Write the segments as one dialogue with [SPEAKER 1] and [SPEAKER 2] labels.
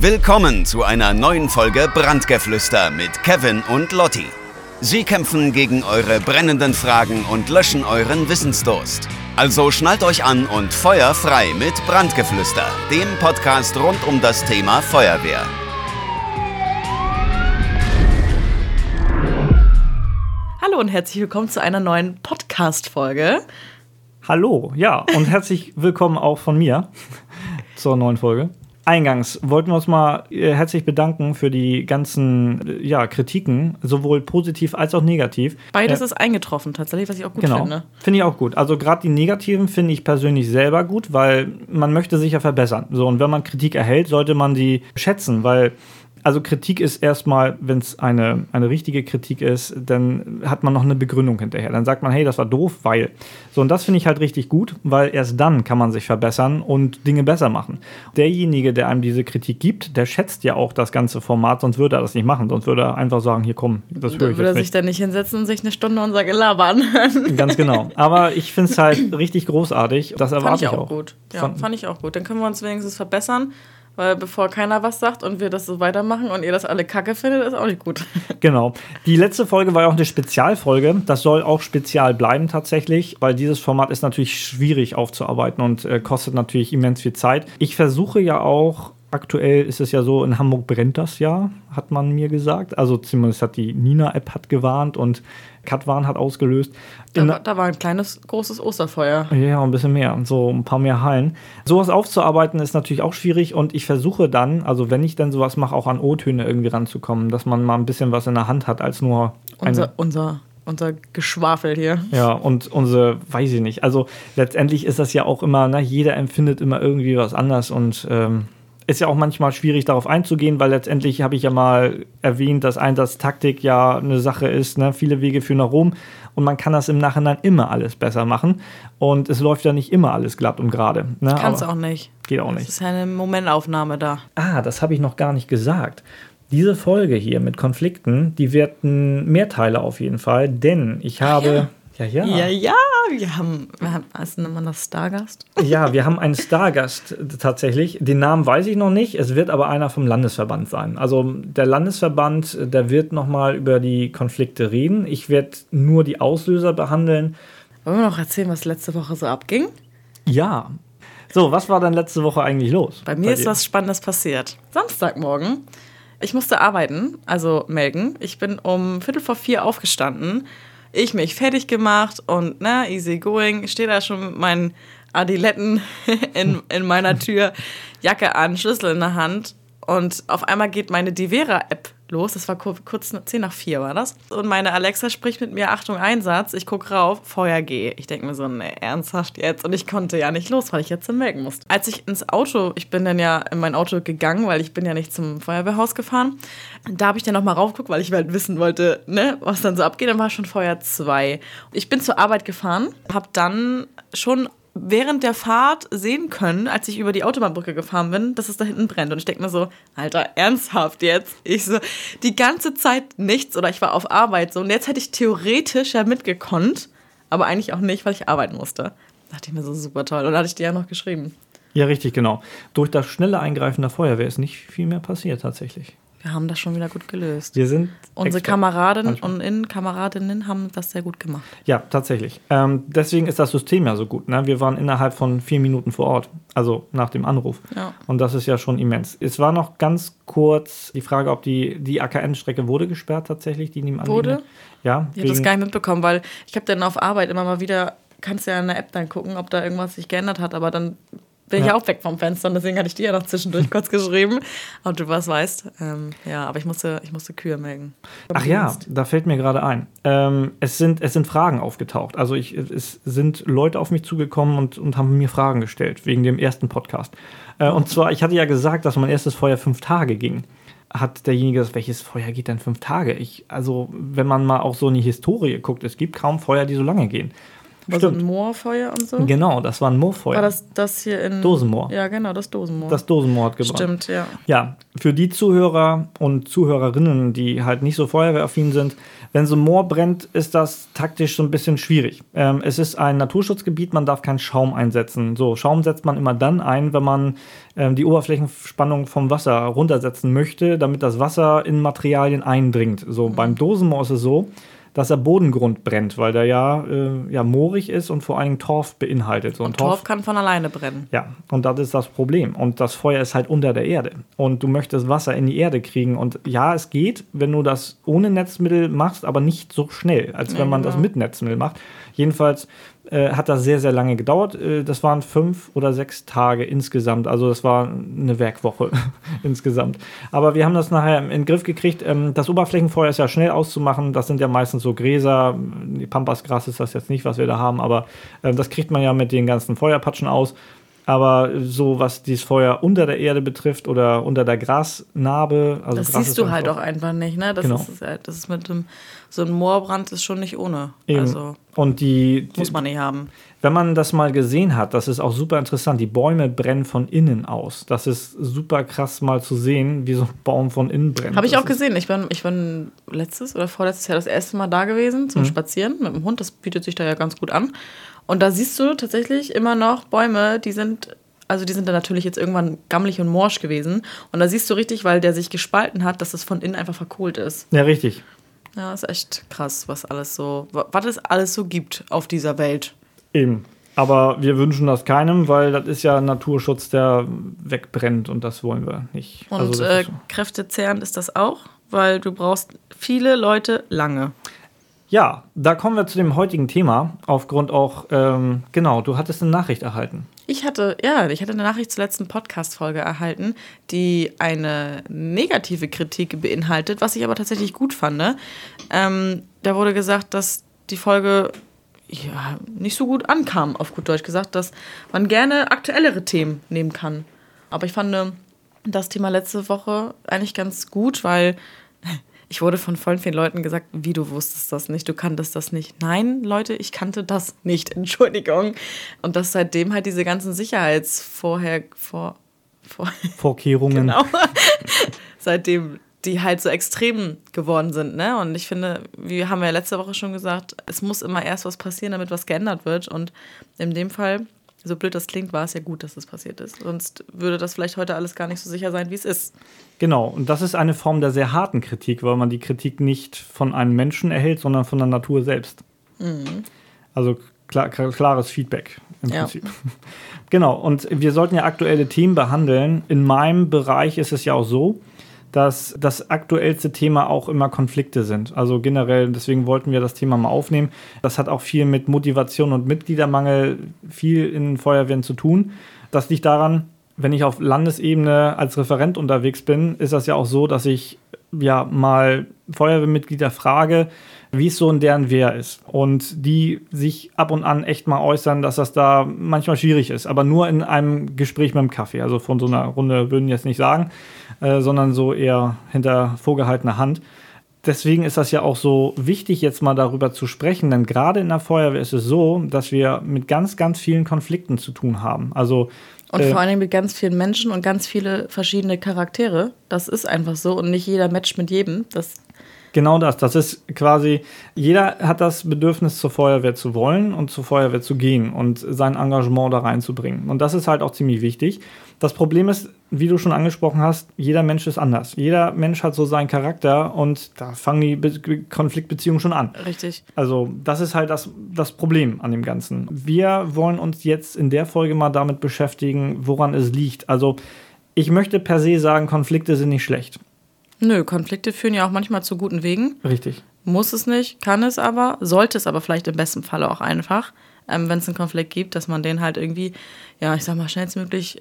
[SPEAKER 1] Willkommen zu einer neuen Folge Brandgeflüster mit Kevin und Lotti. Sie kämpfen gegen eure brennenden Fragen und löschen euren Wissensdurst. Also schnallt euch an und Feuer frei mit Brandgeflüster, dem Podcast rund um das Thema Feuerwehr.
[SPEAKER 2] Hallo und herzlich willkommen zu einer neuen Podcast-Folge.
[SPEAKER 3] Hallo, ja, und herzlich willkommen auch von mir zur neuen Folge. Eingangs wollten wir uns mal herzlich bedanken für die ganzen Kritiken, sowohl positiv als auch negativ.
[SPEAKER 2] Beides ist eingetroffen, tatsächlich, was ich auch gut finde.
[SPEAKER 3] Finde ich auch gut. Also gerade die negativen finde ich persönlich selber gut, weil man möchte sich ja verbessern. So, und wenn man Kritik erhält, sollte man die schätzen, weil also Kritik ist erstmal, wenn es eine richtige Kritik ist, dann hat man noch eine Begründung hinterher. Dann sagt man, hey, das war doof, weil. So, und das finde ich halt richtig gut, weil erst dann kann man sich verbessern und Dinge besser machen. Derjenige, der einem diese Kritik gibt, der schätzt ja auch das ganze Format, sonst würde er das nicht machen. Sonst würde er einfach sagen, hier komm, das höre ich jetzt nicht.
[SPEAKER 2] Würde er sich dann nicht hinsetzen und sich eine Stunde unser Gelaber anhören.
[SPEAKER 3] Ganz genau. Aber ich finde es halt richtig großartig. Das erwarte ich auch.
[SPEAKER 2] Gut. Ja, fand ich auch gut. Dann können wir uns wenigstens verbessern. Weil bevor keiner was sagt und wir das so weitermachen und ihr das alle kacke findet, ist auch nicht gut.
[SPEAKER 3] Genau. Die letzte Folge war ja auch eine Spezialfolge. Das soll auch spezial bleiben tatsächlich, weil dieses Format ist natürlich schwierig aufzuarbeiten und kostet natürlich immens viel Zeit. Ich versuche ja auch, aktuell ist es ja so, in Hamburg brennt das ja, hat man mir gesagt. Also zumindest hat die Nina-App gewarnt und Katwan hat ausgelöst.
[SPEAKER 2] Da war ein großes Osterfeuer.
[SPEAKER 3] Ja, ein bisschen mehr. So ein paar mehr Hallen. Sowas aufzuarbeiten ist natürlich auch schwierig und ich versuche dann, also wenn ich dann sowas mache, auch an O-Töne irgendwie ranzukommen, dass man mal ein bisschen was in der Hand hat, als nur
[SPEAKER 2] unser Geschwafel hier.
[SPEAKER 3] Ja, und unsere, weiß ich nicht. Also letztendlich ist das ja auch immer, jeder empfindet immer irgendwie was anders und ist ja auch manchmal schwierig, darauf einzugehen, weil letztendlich habe ich ja mal erwähnt, dass Einsatztaktik ja eine Sache ist, viele Wege führen nach Rom und man kann das im Nachhinein immer alles besser machen und es läuft ja nicht immer alles glatt und gerade.
[SPEAKER 2] Kannst auch nicht.
[SPEAKER 3] Geht auch nicht.
[SPEAKER 2] Es ist eine Momentaufnahme da.
[SPEAKER 3] Das habe ich noch gar nicht gesagt. Diese Folge hier mit Konflikten, die wird Mehrteile auf jeden Fall, denn ich habe... Ja,
[SPEAKER 2] wir haben also nennt man das Stargast?
[SPEAKER 3] Ja, wir haben einen Stargast tatsächlich. Den Namen weiß ich noch nicht, es wird aber einer vom Landesverband sein. Also der Landesverband, der wird nochmal über die Konflikte reden. Ich werde nur die Auslöser behandeln.
[SPEAKER 2] Wollen wir noch erzählen, was letzte Woche so abging?
[SPEAKER 3] Ja. So, was war denn letzte Woche eigentlich los?
[SPEAKER 2] Bei mir ist was Spannendes passiert. Samstagmorgen. Ich musste arbeiten, also melden. Ich bin um 3:45 aufgestanden. Ich mich fertig gemacht und easy going, stehe da schon mit meinen Adiletten in meiner Tür, Jacke an, Schlüssel in der Hand und auf einmal geht meine Divera-App los, das war kurz 3:10 war das und meine Alexa spricht mit mir, Achtung Einsatz, ich gucke rauf, Feuer G. Ich denke mir so, ernsthaft jetzt? Und ich konnte ja nicht los, weil ich jetzt melden musste. Als ich ich bin dann ja in mein Auto gegangen, weil ich bin ja nicht zum Feuerwehrhaus gefahren, da habe ich dann nochmal raufgeguckt, weil ich halt wissen wollte, was dann so abgeht, dann war schon Feuer 2. Ich bin zur Arbeit gefahren, habe dann schon während der Fahrt sehen können, als ich über die Autobahnbrücke gefahren bin, dass es da hinten brennt. Und ich denke mir so, Alter, ernsthaft jetzt? Ich so, die ganze Zeit nichts oder ich war auf Arbeit so. Und jetzt hätte ich theoretisch ja mitgekonnt, aber eigentlich auch nicht, weil ich arbeiten musste. Da dachte ich mir so, super toll. Und da hatte ich dir ja noch geschrieben.
[SPEAKER 3] Ja, richtig, genau. Durch das schnelle Eingreifen der Feuerwehr ist nicht viel mehr passiert tatsächlich.
[SPEAKER 2] Wir haben das schon wieder gut gelöst.
[SPEAKER 3] Wir sind
[SPEAKER 2] unsere Kameradinnen haben das sehr gut gemacht.
[SPEAKER 3] Ja, tatsächlich. Deswegen ist das System ja so gut. Wir waren innerhalb von 4 Minuten vor Ort, also nach dem Anruf. Ja. Und das ist ja schon immens. Es war noch ganz kurz die Frage, ob die AKN-Strecke wurde gesperrt tatsächlich, die nebenan
[SPEAKER 2] wurde?
[SPEAKER 3] Ja.
[SPEAKER 2] Ich habe das gar nicht mitbekommen, weil ich habe dann auf Arbeit immer mal wieder, kannst ja in der App dann gucken, ob da irgendwas sich geändert hat, aber dann bin ich auch weg vom Fenster und deswegen hatte ich dir ja noch zwischendurch kurz geschrieben, ob du was weißt. Aber ich musste Kühe melden.
[SPEAKER 3] Ach ja, da fällt mir gerade ein. Es sind Fragen aufgetaucht. Also es sind Leute auf mich zugekommen und haben mir Fragen gestellt, wegen dem ersten Podcast. Und zwar, ich hatte ja gesagt, dass mein erstes Feuer 5 Tage ging. Hat derjenige gesagt, welches Feuer geht denn 5 Tage? Also wenn man mal auch so in die Historie guckt, es gibt kaum Feuer, die so lange gehen.
[SPEAKER 2] War so ein Moorfeuer und so?
[SPEAKER 3] Genau, das war ein Moorfeuer.
[SPEAKER 2] War das hier in...
[SPEAKER 3] Dosenmoor.
[SPEAKER 2] Ja, genau, das Dosenmoor.
[SPEAKER 3] Das Dosenmoor hat gebrannt.
[SPEAKER 2] Stimmt, ja.
[SPEAKER 3] Ja, für die Zuhörer und Zuhörerinnen, die halt nicht so feuerwehraffin sind, wenn so ein Moor brennt, ist das taktisch so ein bisschen schwierig. Es ist ein Naturschutzgebiet, man darf keinen Schaum einsetzen. So, Schaum setzt man immer dann ein, wenn man die Oberflächenspannung vom Wasser runtersetzen möchte, damit das Wasser in Materialien eindringt. So, beim Dosenmoor ist es so, dass der Bodengrund brennt, weil der ja moorig ist und vor allen Dingen Torf beinhaltet. So,
[SPEAKER 2] und Torf kann von alleine brennen.
[SPEAKER 3] Ja, und das ist das Problem. Und das Feuer ist halt unter der Erde. Und du möchtest Wasser in die Erde kriegen. Und ja, es geht, wenn du das ohne Netzmittel machst, aber nicht so schnell, als wenn man das mit Netzmittel macht. Jedenfalls hat das sehr, sehr lange gedauert. Das waren 5 oder 6 Tage insgesamt. Also das war eine Werkwoche insgesamt. Aber wir haben das nachher in den Griff gekriegt. Das Oberflächenfeuer ist ja schnell auszumachen. Das sind ja meistens so Gräser. Die Pampasgras ist das jetzt nicht, was wir da haben. Aber das kriegt man ja mit den ganzen Feuerpatschen aus. Aber so, was dieses Feuer unter der Erde betrifft oder unter der Grasnarbe. Also
[SPEAKER 2] das
[SPEAKER 3] Gras
[SPEAKER 2] siehst du halt auch einfach nicht, ne? Das
[SPEAKER 3] genau.
[SPEAKER 2] Das ist mit dem, so ein Moorbrand ist schon nicht ohne.
[SPEAKER 3] Eben.
[SPEAKER 2] Also
[SPEAKER 3] und
[SPEAKER 2] muss man nicht haben.
[SPEAKER 3] Wenn man das mal gesehen hat, das ist auch super interessant. Die Bäume brennen von innen aus. Das ist super krass mal zu sehen, wie so ein Baum von innen brennt.
[SPEAKER 2] Habe ich auch gesehen. Ich bin letztes oder vorletztes Jahr das erste Mal da gewesen zum Spazieren mit dem Hund. Das bietet sich da ja ganz gut an. Und da siehst du tatsächlich immer noch Bäume, die sind da natürlich jetzt irgendwann gammelig und morsch gewesen. Und da siehst du richtig, weil der sich gespalten hat, dass es von innen einfach verkohlt ist.
[SPEAKER 3] Ja, richtig.
[SPEAKER 2] Ja, ist echt krass, was es alles so gibt auf dieser Welt.
[SPEAKER 3] Eben. Aber wir wünschen das keinem, weil das ist ja ein Naturschutz, der wegbrennt und das wollen wir nicht.
[SPEAKER 2] Und
[SPEAKER 3] also
[SPEAKER 2] kräftezehrend ist das auch, weil du brauchst viele Leute lange.
[SPEAKER 3] Ja, da kommen wir zu dem heutigen Thema, aufgrund auch, du hattest eine Nachricht erhalten. Ich
[SPEAKER 2] hatte eine Nachricht zur letzten Podcast-Folge erhalten, die eine negative Kritik beinhaltet, was ich aber tatsächlich gut fand. Da wurde gesagt, dass die Folge nicht so gut ankam, auf gut Deutsch gesagt, dass man gerne aktuellere Themen nehmen kann. Aber ich fand das Thema letzte Woche eigentlich ganz gut, weil ich wurde von voll vielen Leuten gesagt, wie, du wusstest das nicht, du kanntest das nicht. Nein, Leute, ich kannte das nicht, Entschuldigung. Und dass seitdem halt diese ganzen
[SPEAKER 3] Vorkehrungen.
[SPEAKER 2] Genau. Seitdem die halt so extrem geworden sind, ne? Und ich finde, wir haben ja letzte Woche schon gesagt, es muss immer erst was passieren, damit was geändert wird. Und in dem Fall, so blöd das klingt, war es ja gut, dass das passiert ist. Sonst würde das vielleicht heute alles gar nicht so sicher sein, wie es ist.
[SPEAKER 3] Genau, und das ist eine Form der sehr harten Kritik, weil man die Kritik nicht von einem Menschen erhält, sondern von der Natur selbst. Mhm. Also klares Feedback im Prinzip. Genau, und wir sollten ja aktuelle Themen behandeln. In meinem Bereich ist es ja auch so, dass das aktuellste Thema auch immer Konflikte sind. Also generell, deswegen wollten wir das Thema mal aufnehmen. Das hat auch viel mit Motivation und Mitgliedermangel, viel in Feuerwehren zu tun. Das liegt daran, wenn ich auf Landesebene als Referent unterwegs bin, ist das ja auch so, dass ich ja mal Feuerwehrmitglieder frage, wie es so in deren Wehr ist. Und die sich ab und an echt mal äußern, dass das da manchmal schwierig ist. Aber nur in einem Gespräch mit dem Kaffee. Also von so einer Runde würden jetzt nicht sagen, sondern so eher hinter vorgehaltener Hand. Deswegen ist das ja auch so wichtig, jetzt mal darüber zu sprechen. Denn gerade in der Feuerwehr ist es so, dass wir mit ganz, ganz vielen Konflikten zu tun haben. Also
[SPEAKER 2] und vor allem mit ganz vielen Menschen und ganz viele verschiedene Charaktere. Das ist einfach so und nicht jeder matcht mit jedem.
[SPEAKER 3] Genau das. Das ist quasi, jeder hat das Bedürfnis, zur Feuerwehr zu wollen und zur Feuerwehr zu gehen und sein Engagement da reinzubringen. Und das ist halt auch ziemlich wichtig. Das Problem ist, wie du schon angesprochen hast, jeder Mensch ist anders. Jeder Mensch hat so seinen Charakter und da fangen die Konfliktbeziehungen schon an.
[SPEAKER 2] Richtig.
[SPEAKER 3] Also das ist halt das Problem an dem Ganzen. Wir wollen uns jetzt in der Folge mal damit beschäftigen, woran es liegt. Also ich möchte per se sagen, Konflikte sind nicht schlecht.
[SPEAKER 2] Nö, Konflikte führen ja auch manchmal zu guten Wegen.
[SPEAKER 3] Richtig.
[SPEAKER 2] Muss es nicht, kann es aber, sollte es aber vielleicht im besten Falle auch einfach, wenn es einen Konflikt gibt, dass man den halt irgendwie, ja, ich sag mal, schnellstmöglich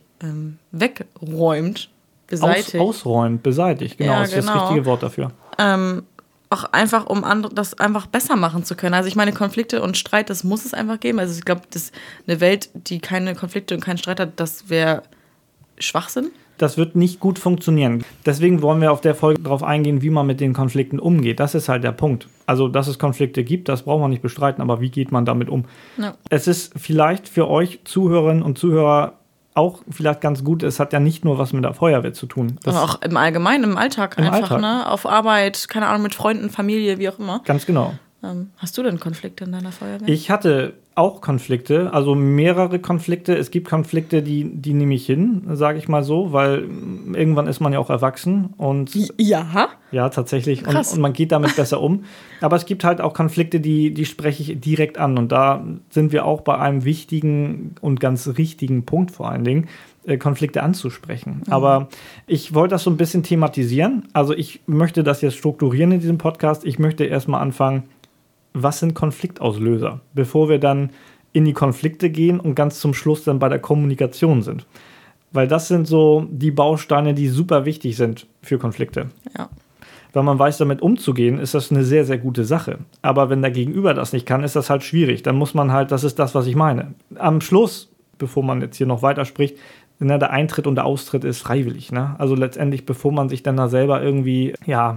[SPEAKER 2] wegräumt, beseitigt.
[SPEAKER 3] Ausräumt, beseitigt, genau,
[SPEAKER 2] ja,
[SPEAKER 3] ist das richtige Wort dafür.
[SPEAKER 2] Auch einfach, um das einfach besser machen zu können. Also ich meine, Konflikte und Streit, das muss es einfach geben. Also ich glaube, eine Welt, die keine Konflikte und keinen Streit hat, das wäre Schwachsinn.
[SPEAKER 3] Das wird nicht gut funktionieren. Deswegen wollen wir auf der Folge darauf eingehen, wie man mit den Konflikten umgeht. Das ist halt der Punkt. Also, dass es Konflikte gibt, das braucht man nicht bestreiten, aber wie geht man damit um?
[SPEAKER 2] Ja.
[SPEAKER 3] Es ist vielleicht für euch Zuhörerinnen und Zuhörer auch vielleicht ganz gut, es hat ja nicht nur was mit der Feuerwehr zu tun.
[SPEAKER 2] Das aber auch im Allgemeinen, im Alltag
[SPEAKER 3] im
[SPEAKER 2] einfach,
[SPEAKER 3] Alltag.
[SPEAKER 2] Ne? Auf Arbeit, keine Ahnung, mit Freunden, Familie, wie auch immer.
[SPEAKER 3] Ganz genau.
[SPEAKER 2] Hast du denn Konflikte in deiner Feuerwehr?
[SPEAKER 3] Ich hatte auch Konflikte, also mehrere Konflikte. Es gibt Konflikte, die nehme ich hin, sage ich mal so, weil irgendwann ist man ja auch erwachsen. Und
[SPEAKER 2] ja?
[SPEAKER 3] Ja, tatsächlich.
[SPEAKER 2] Krass.
[SPEAKER 3] Und man geht damit besser um. Aber es gibt halt auch Konflikte, die spreche ich direkt an. Und da sind wir auch bei einem wichtigen und ganz richtigen Punkt vor allen Dingen, Konflikte anzusprechen. Mhm. Aber ich wollte das so ein bisschen thematisieren. Also ich möchte das jetzt strukturieren in diesem Podcast. Ich möchte erstmal anfangen, was sind Konfliktauslöser, bevor wir dann in die Konflikte gehen und ganz zum Schluss dann bei der Kommunikation sind. Weil das sind so die Bausteine, die super wichtig sind für Konflikte.
[SPEAKER 2] Ja.
[SPEAKER 3] Wenn man weiß, damit umzugehen, ist das eine sehr, sehr gute Sache. Aber wenn der Gegenüber das nicht kann, ist das halt schwierig. Dann muss man halt, das ist das, was ich meine. Am Schluss, bevor man jetzt hier noch weiterspricht, der Eintritt und der Austritt ist freiwillig. Ne? Also letztendlich, bevor man sich dann da selber irgendwie,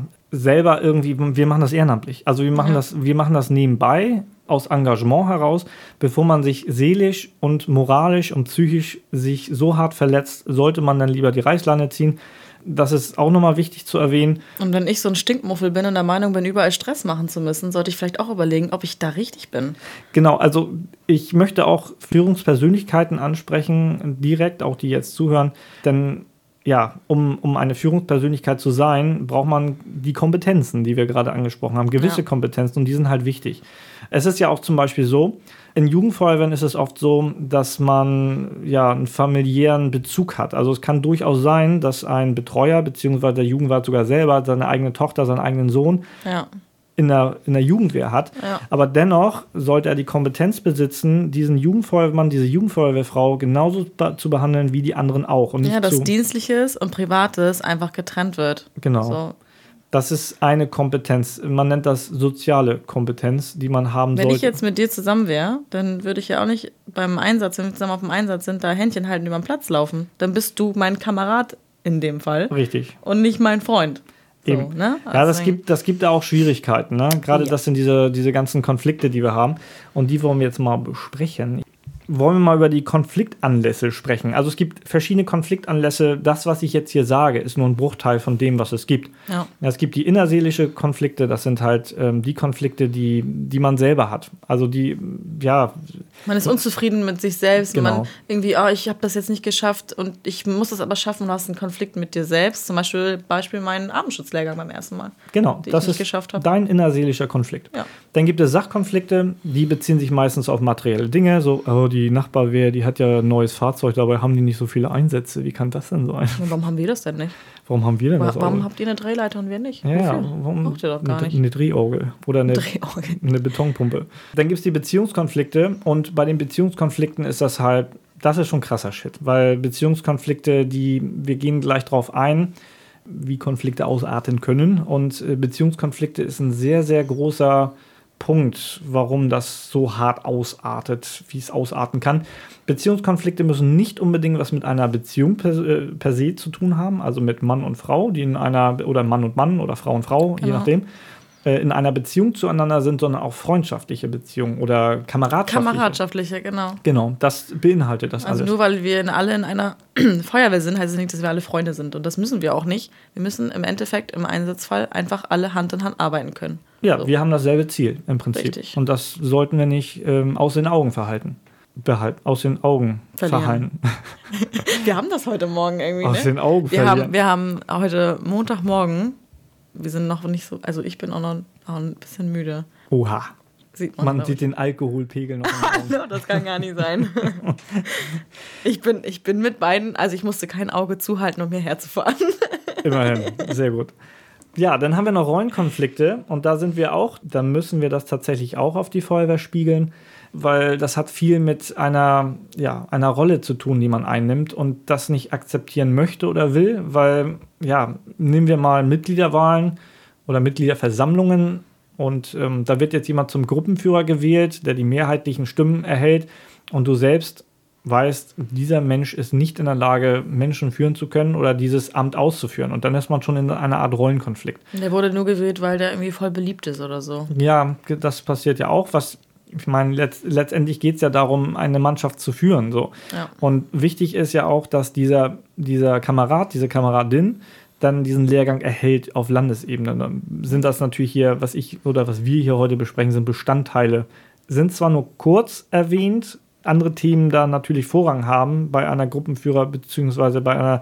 [SPEAKER 3] wir machen das ehrenamtlich. Also wir machen das nebenbei, aus Engagement heraus. Bevor man sich seelisch und moralisch und psychisch sich so hart verletzt, sollte man dann lieber die Reißleine ziehen. Das ist auch nochmal wichtig zu erwähnen.
[SPEAKER 2] Und wenn ich so ein Stinkmuffel bin und der Meinung bin, überall Stress machen zu müssen, sollte ich vielleicht auch überlegen, ob ich da richtig bin.
[SPEAKER 3] Genau, also ich möchte auch Führungspersönlichkeiten ansprechen, direkt, auch die jetzt zuhören. Denn ja, um eine Führungspersönlichkeit zu sein, braucht man die Kompetenzen, die wir gerade angesprochen haben. Gewisse Kompetenzen, und die sind halt wichtig. Es ist ja auch zum Beispiel so, in Jugendfeuerwehren ist es oft so, dass man einen familiären Bezug hat. Also es kann durchaus sein, dass ein Betreuer, beziehungsweise der Jugendwart sogar selber, seine eigene Tochter, seinen eigenen Sohn in der Jugendwehr hat. Ja. Aber dennoch sollte er die Kompetenz besitzen, diesen Jugendfeuerwehrmann, diese Jugendfeuerwehrfrau genauso zu behandeln wie die anderen auch. Und nicht
[SPEAKER 2] dass Dienstliches und Privates einfach getrennt wird.
[SPEAKER 3] Genau.
[SPEAKER 2] So.
[SPEAKER 3] Das ist eine Kompetenz. Man nennt das soziale Kompetenz, die man haben sollte.
[SPEAKER 2] Wenn ich jetzt mit dir zusammen wäre, dann würde ich ja auch nicht beim Einsatz, wenn wir zusammen auf dem Einsatz sind, da Händchen halten über den Platz laufen. Dann bist du mein Kamerad in dem Fall.
[SPEAKER 3] Richtig.
[SPEAKER 2] Und nicht mein Freund. So,
[SPEAKER 3] eben.
[SPEAKER 2] Ne?
[SPEAKER 3] Also das gibt da auch Schwierigkeiten. Ne? Gerade das sind diese ganzen Konflikte, die wir haben. Und die wollen wir jetzt mal besprechen. Wollen wir mal über die Konfliktanlässe sprechen. Also es gibt verschiedene Konfliktanlässe. Das, was ich jetzt hier sage, ist nur ein Bruchteil von dem, was es gibt. Ja. Es gibt die innerseelische Konflikte. Das sind halt die Konflikte, die man selber hat. Also
[SPEAKER 2] man ist unzufrieden mit sich selbst.
[SPEAKER 3] Genau.
[SPEAKER 2] Man irgendwie, ich habe das jetzt nicht geschafft und ich muss das aber schaffen. Du hast einen Konflikt mit dir selbst. Zum Beispiel meinen Abendschutzlehrgang beim ersten Mal.
[SPEAKER 3] Genau,
[SPEAKER 2] das ist
[SPEAKER 3] dein innerseelischer Konflikt. Ja. Dann gibt es Sachkonflikte. Die beziehen sich meistens auf materielle Dinge. So, die Nachbarwehr, die hat ja ein neues Fahrzeug, dabei haben die nicht so viele Einsätze. Wie kann das denn sein?
[SPEAKER 2] Warum haben wir das denn nicht?
[SPEAKER 3] Warum haben wir denn das?
[SPEAKER 2] Warum habt ihr eine Drehleiter und wir nicht?
[SPEAKER 3] Ja,
[SPEAKER 2] warum braucht ihr doch gar nicht?
[SPEAKER 3] Eine Drehorgel oder eine Betonpumpe. Dann gibt es die Beziehungskonflikte und bei den Beziehungskonflikten ist das ist schon krasser Shit, weil Beziehungskonflikte, wir gehen gleich drauf ein, wie Konflikte ausarten können, und Beziehungskonflikte ist ein sehr, sehr großer Punkt, warum das so hart ausartet, wie es ausarten kann. Beziehungskonflikte müssen nicht unbedingt was mit einer Beziehung per se zu tun haben, also mit Mann und Frau, die oder Mann und Mann oder Frau und Frau, je nachdem, in einer Beziehung zueinander sind, sondern auch freundschaftliche Beziehungen oder
[SPEAKER 2] Kameradschaftliche, genau.
[SPEAKER 3] Genau, das beinhaltet das alles.
[SPEAKER 2] Also nur weil wir alle in einer Feuerwehr sind, heißt es nicht, dass wir alle Freunde sind. Und das müssen wir auch nicht. Wir müssen im Endeffekt im Einsatzfall einfach alle Hand in Hand arbeiten können.
[SPEAKER 3] Ja, so. Wir haben dasselbe Ziel im Prinzip.
[SPEAKER 2] Richtig.
[SPEAKER 3] Und das sollten wir nicht aus den Augen verhalten. Aus den Augen verhalten.
[SPEAKER 2] Wir haben das heute Morgen irgendwie,
[SPEAKER 3] Aus den Augen verlieren.
[SPEAKER 2] Wir haben heute Montagmorgen, wir sind noch nicht so, also ich bin auch noch ein bisschen müde.
[SPEAKER 3] Oha. Man
[SPEAKER 2] sieht
[SPEAKER 3] den Alkoholpegel noch im Auge.
[SPEAKER 2] Das kann gar nicht sein. Ich bin mit beiden, also ich musste kein Auge zuhalten, um hierher zu fahren.
[SPEAKER 3] Immerhin, sehr gut. Ja, dann haben wir noch Rollenkonflikte und da müssen wir das tatsächlich auch auf die Feuerwehr spiegeln, weil das hat viel mit einer Rolle zu tun, die man einnimmt und das nicht akzeptieren möchte oder will, weil, nehmen wir mal Mitgliederwahlen oder Mitgliederversammlungen und da wird jetzt jemand zum Gruppenführer gewählt, der die mehrheitlichen Stimmen erhält und du selbst weißt, dieser Mensch ist nicht in der Lage, Menschen führen zu können oder dieses Amt auszuführen. Und dann ist man schon in einer Art Rollenkonflikt.
[SPEAKER 2] Der wurde nur gewählt, weil der irgendwie voll beliebt ist oder so.
[SPEAKER 3] Ja, das passiert ja auch. Ich meine, letztendlich geht es ja darum, eine Mannschaft zu führen. So.
[SPEAKER 2] Ja.
[SPEAKER 3] Und wichtig ist ja auch, dass dieser Kamerad, diese Kameradin dann diesen Lehrgang erhält auf Landesebene. Dann sind das natürlich hier, was wir hier heute besprechen, sind Bestandteile. Sind zwar nur kurz erwähnt, andere Themen da natürlich Vorrang haben bei einer Gruppenführer- bzw. bei einer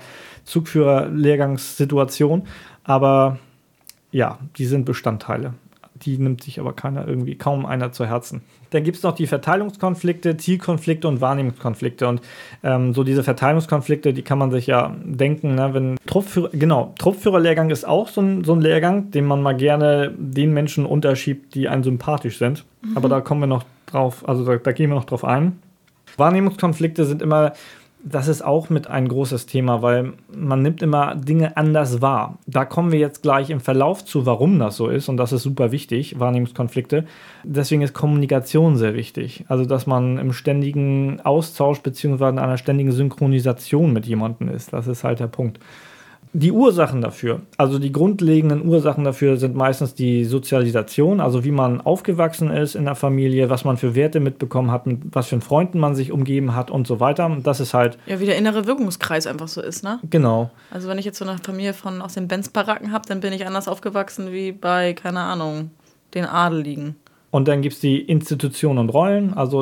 [SPEAKER 3] Zugführer-Lehrgangssituation, aber ja, die sind Bestandteile. Die nimmt sich aber kaum einer zu Herzen. Dann gibt es noch die Verteilungskonflikte, Zielkonflikte und Wahrnehmungskonflikte. Und so diese Verteilungskonflikte, die kann man sich ja denken, ne, wenn Truppführerlehrgang ist auch so ein Lehrgang, den man mal gerne den Menschen unterschiebt, die einem sympathisch sind. Aber da kommen wir noch drauf, also da gehen wir noch drauf ein. Wahrnehmungskonflikte sind immer, das ist auch mit ein großes Thema, weil man nimmt immer Dinge anders wahr. Da kommen wir jetzt gleich im Verlauf zu, warum das so ist, und das ist super wichtig, Wahrnehmungskonflikte. Deswegen ist Kommunikation sehr wichtig, also dass man im ständigen Austausch bzw. in einer ständigen Synchronisation mit jemandem ist. Das ist halt der Punkt. Die Ursachen dafür, also die grundlegenden Ursachen dafür sind meistens die Sozialisation, also wie man aufgewachsen ist in der Familie, was man für Werte mitbekommen hat, mit was für Freunden man sich umgeben hat und so weiter. Und das ist halt...
[SPEAKER 2] Ja, wie der innere Wirkungskreis einfach so ist, ne?
[SPEAKER 3] Genau.
[SPEAKER 2] Also wenn ich jetzt so eine Familie aus den Benz-Baracken habe, dann bin ich anders aufgewachsen wie bei, keine Ahnung, den Adeligen.
[SPEAKER 3] Und dann gibt es die Institutionen und Rollen, also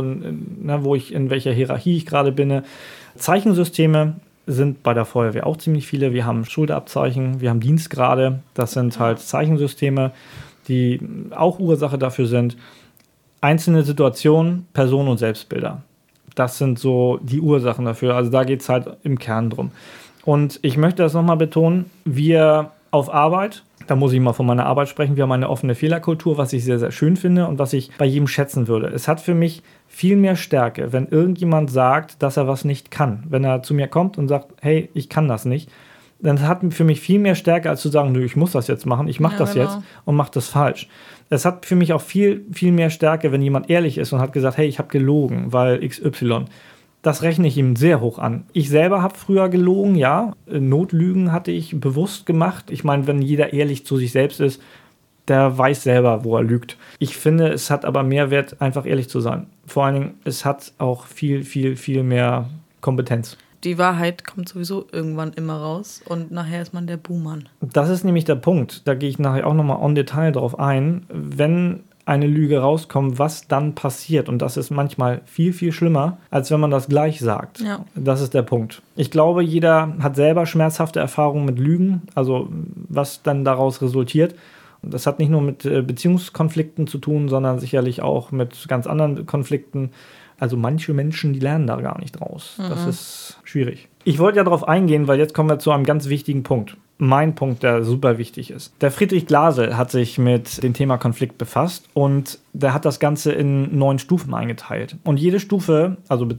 [SPEAKER 3] in welcher Hierarchie ich gerade bin. Zeichensysteme sind bei der Feuerwehr auch ziemlich viele. Wir haben Schulterabzeichen, wir haben Dienstgrade. Das sind halt Zeichensysteme, die auch Ursache dafür sind. Einzelne Situationen, Personen und Selbstbilder. Das sind so die Ursachen dafür. Also da geht es halt im Kern drum. Und ich möchte das nochmal betonen, wir auf Arbeit, da muss ich mal von meiner Arbeit sprechen, wir haben eine offene Fehlerkultur, was ich sehr, sehr schön finde und was ich bei jedem schätzen würde. Es hat für mich viel mehr Stärke, wenn irgendjemand sagt, dass er was nicht kann. Wenn er zu mir kommt und sagt, hey, ich kann das nicht, dann hat für mich viel mehr Stärke, als zu sagen, nö, ich muss das jetzt machen, ich mache das jetzt und mache das falsch. Es hat für mich auch viel, viel mehr Stärke, wenn jemand ehrlich ist und hat gesagt, hey, ich habe gelogen, weil XY. Das rechne ich ihm sehr hoch an. Ich selber habe früher gelogen, ja. Notlügen hatte ich bewusst gemacht. Ich meine, wenn jeder ehrlich zu sich selbst ist, der weiß selber, wo er lügt. Ich finde, es hat aber mehr Wert, einfach ehrlich zu sein. Vor allen Dingen, es hat auch viel, viel, viel mehr Kompetenz.
[SPEAKER 2] Die Wahrheit kommt sowieso irgendwann immer raus und nachher ist man der Buhmann.
[SPEAKER 3] Das ist nämlich der Punkt. Da gehe ich nachher auch nochmal en Detail drauf ein. Wenn eine Lüge rauskommt, was dann passiert. Und das ist manchmal viel, viel schlimmer, als wenn man das gleich sagt.
[SPEAKER 2] Ja.
[SPEAKER 3] Das ist der Punkt. Ich glaube, jeder hat selber schmerzhafte Erfahrungen mit Lügen, also was dann daraus resultiert. Das hat nicht nur mit Beziehungskonflikten zu tun, sondern sicherlich auch mit ganz anderen Konflikten. Also manche Menschen, die lernen da gar nicht raus. Das ist schwierig. Ich wollte ja darauf eingehen, weil jetzt kommen wir zu einem ganz wichtigen Punkt. Mein Punkt, der super wichtig ist. Der Friedrich Glasel hat sich mit dem Thema Konflikt befasst und der hat das Ganze in 9 Stufen eingeteilt. Und jede Stufe,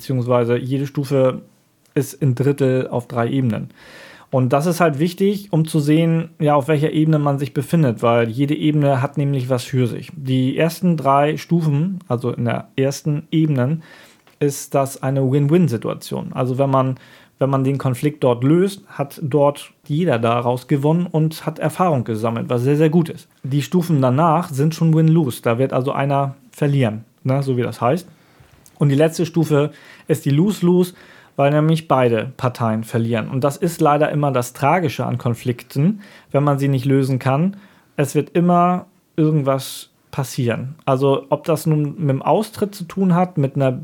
[SPEAKER 3] jede Stufe ist in Drittel auf 3 Ebenen. Und das ist halt wichtig, um zu sehen, ja, auf welcher Ebene man sich befindet, weil jede Ebene hat nämlich was für sich. Die ersten 3 Stufen, also in der ersten Ebene, ist das eine Win-Win-Situation. Also wenn man den Konflikt dort löst, hat dort jeder daraus gewonnen und hat Erfahrung gesammelt, was sehr, sehr gut ist. Die Stufen danach sind schon Win-Lose. Da wird also einer verlieren, ne, so wie das heißt. Und die letzte Stufe ist die Lose-Lose, weil nämlich beide Parteien verlieren. Und das ist leider immer das Tragische an Konflikten, wenn man sie nicht lösen kann. Es wird immer irgendwas passieren. Also ob das nun mit dem Austritt zu tun hat, mit einer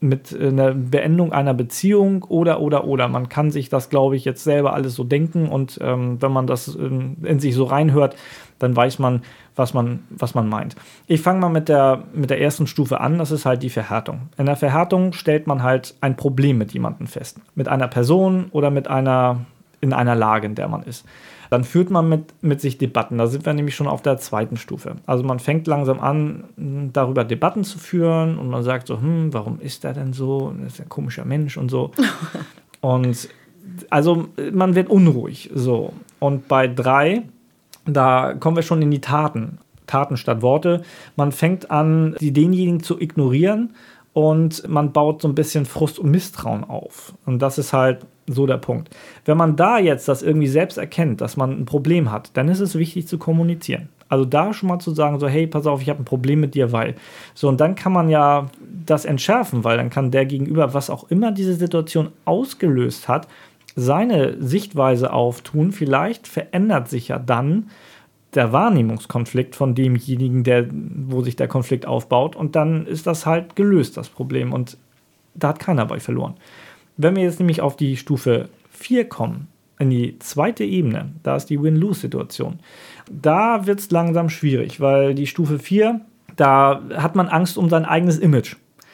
[SPEAKER 3] Beendung einer Beziehung oder. Man kann sich das, glaube ich, jetzt selber alles so denken und wenn man das in sich so reinhört, dann weiß man, was man meint. Ich fange mal mit der ersten Stufe an, das ist halt die Verhärtung. In der Verhärtung stellt man halt ein Problem mit jemandem fest. Mit einer Person oder in einer Lage, in der man ist. Dann führt man mit sich Debatten. Da sind wir nämlich schon auf der zweiten Stufe. Also man fängt langsam an, darüber Debatten zu führen und man sagt so, warum ist der denn so? Das ist ein komischer Mensch und so. Und also man wird unruhig. So. Und bei 3, da kommen wir schon in die Taten. Taten statt Worte. Man fängt an, denjenigen zu ignorieren und man baut so ein bisschen Frust und Misstrauen auf. Und das ist halt so der Punkt. Wenn man da jetzt das irgendwie selbst erkennt, dass man ein Problem hat, dann ist es wichtig zu kommunizieren. Also da schon mal zu sagen, so hey, pass auf, ich habe ein Problem mit dir, weil. So, und dann kann man ja das entschärfen, weil dann kann der Gegenüber, was auch immer diese Situation ausgelöst hat, seine Sichtweise auftun. Vielleicht verändert sich ja dann der Wahrnehmungskonflikt von demjenigen, wo sich der Konflikt aufbaut. Und dann ist das halt gelöst, das Problem. Und da hat keiner bei verloren. Wenn wir jetzt nämlich auf die Stufe 4 kommen, in die zweite Ebene, da ist die Win-Lose-Situation. Da wird es langsam schwierig, weil die Stufe 4, da hat man Angst um sein eigenes Image.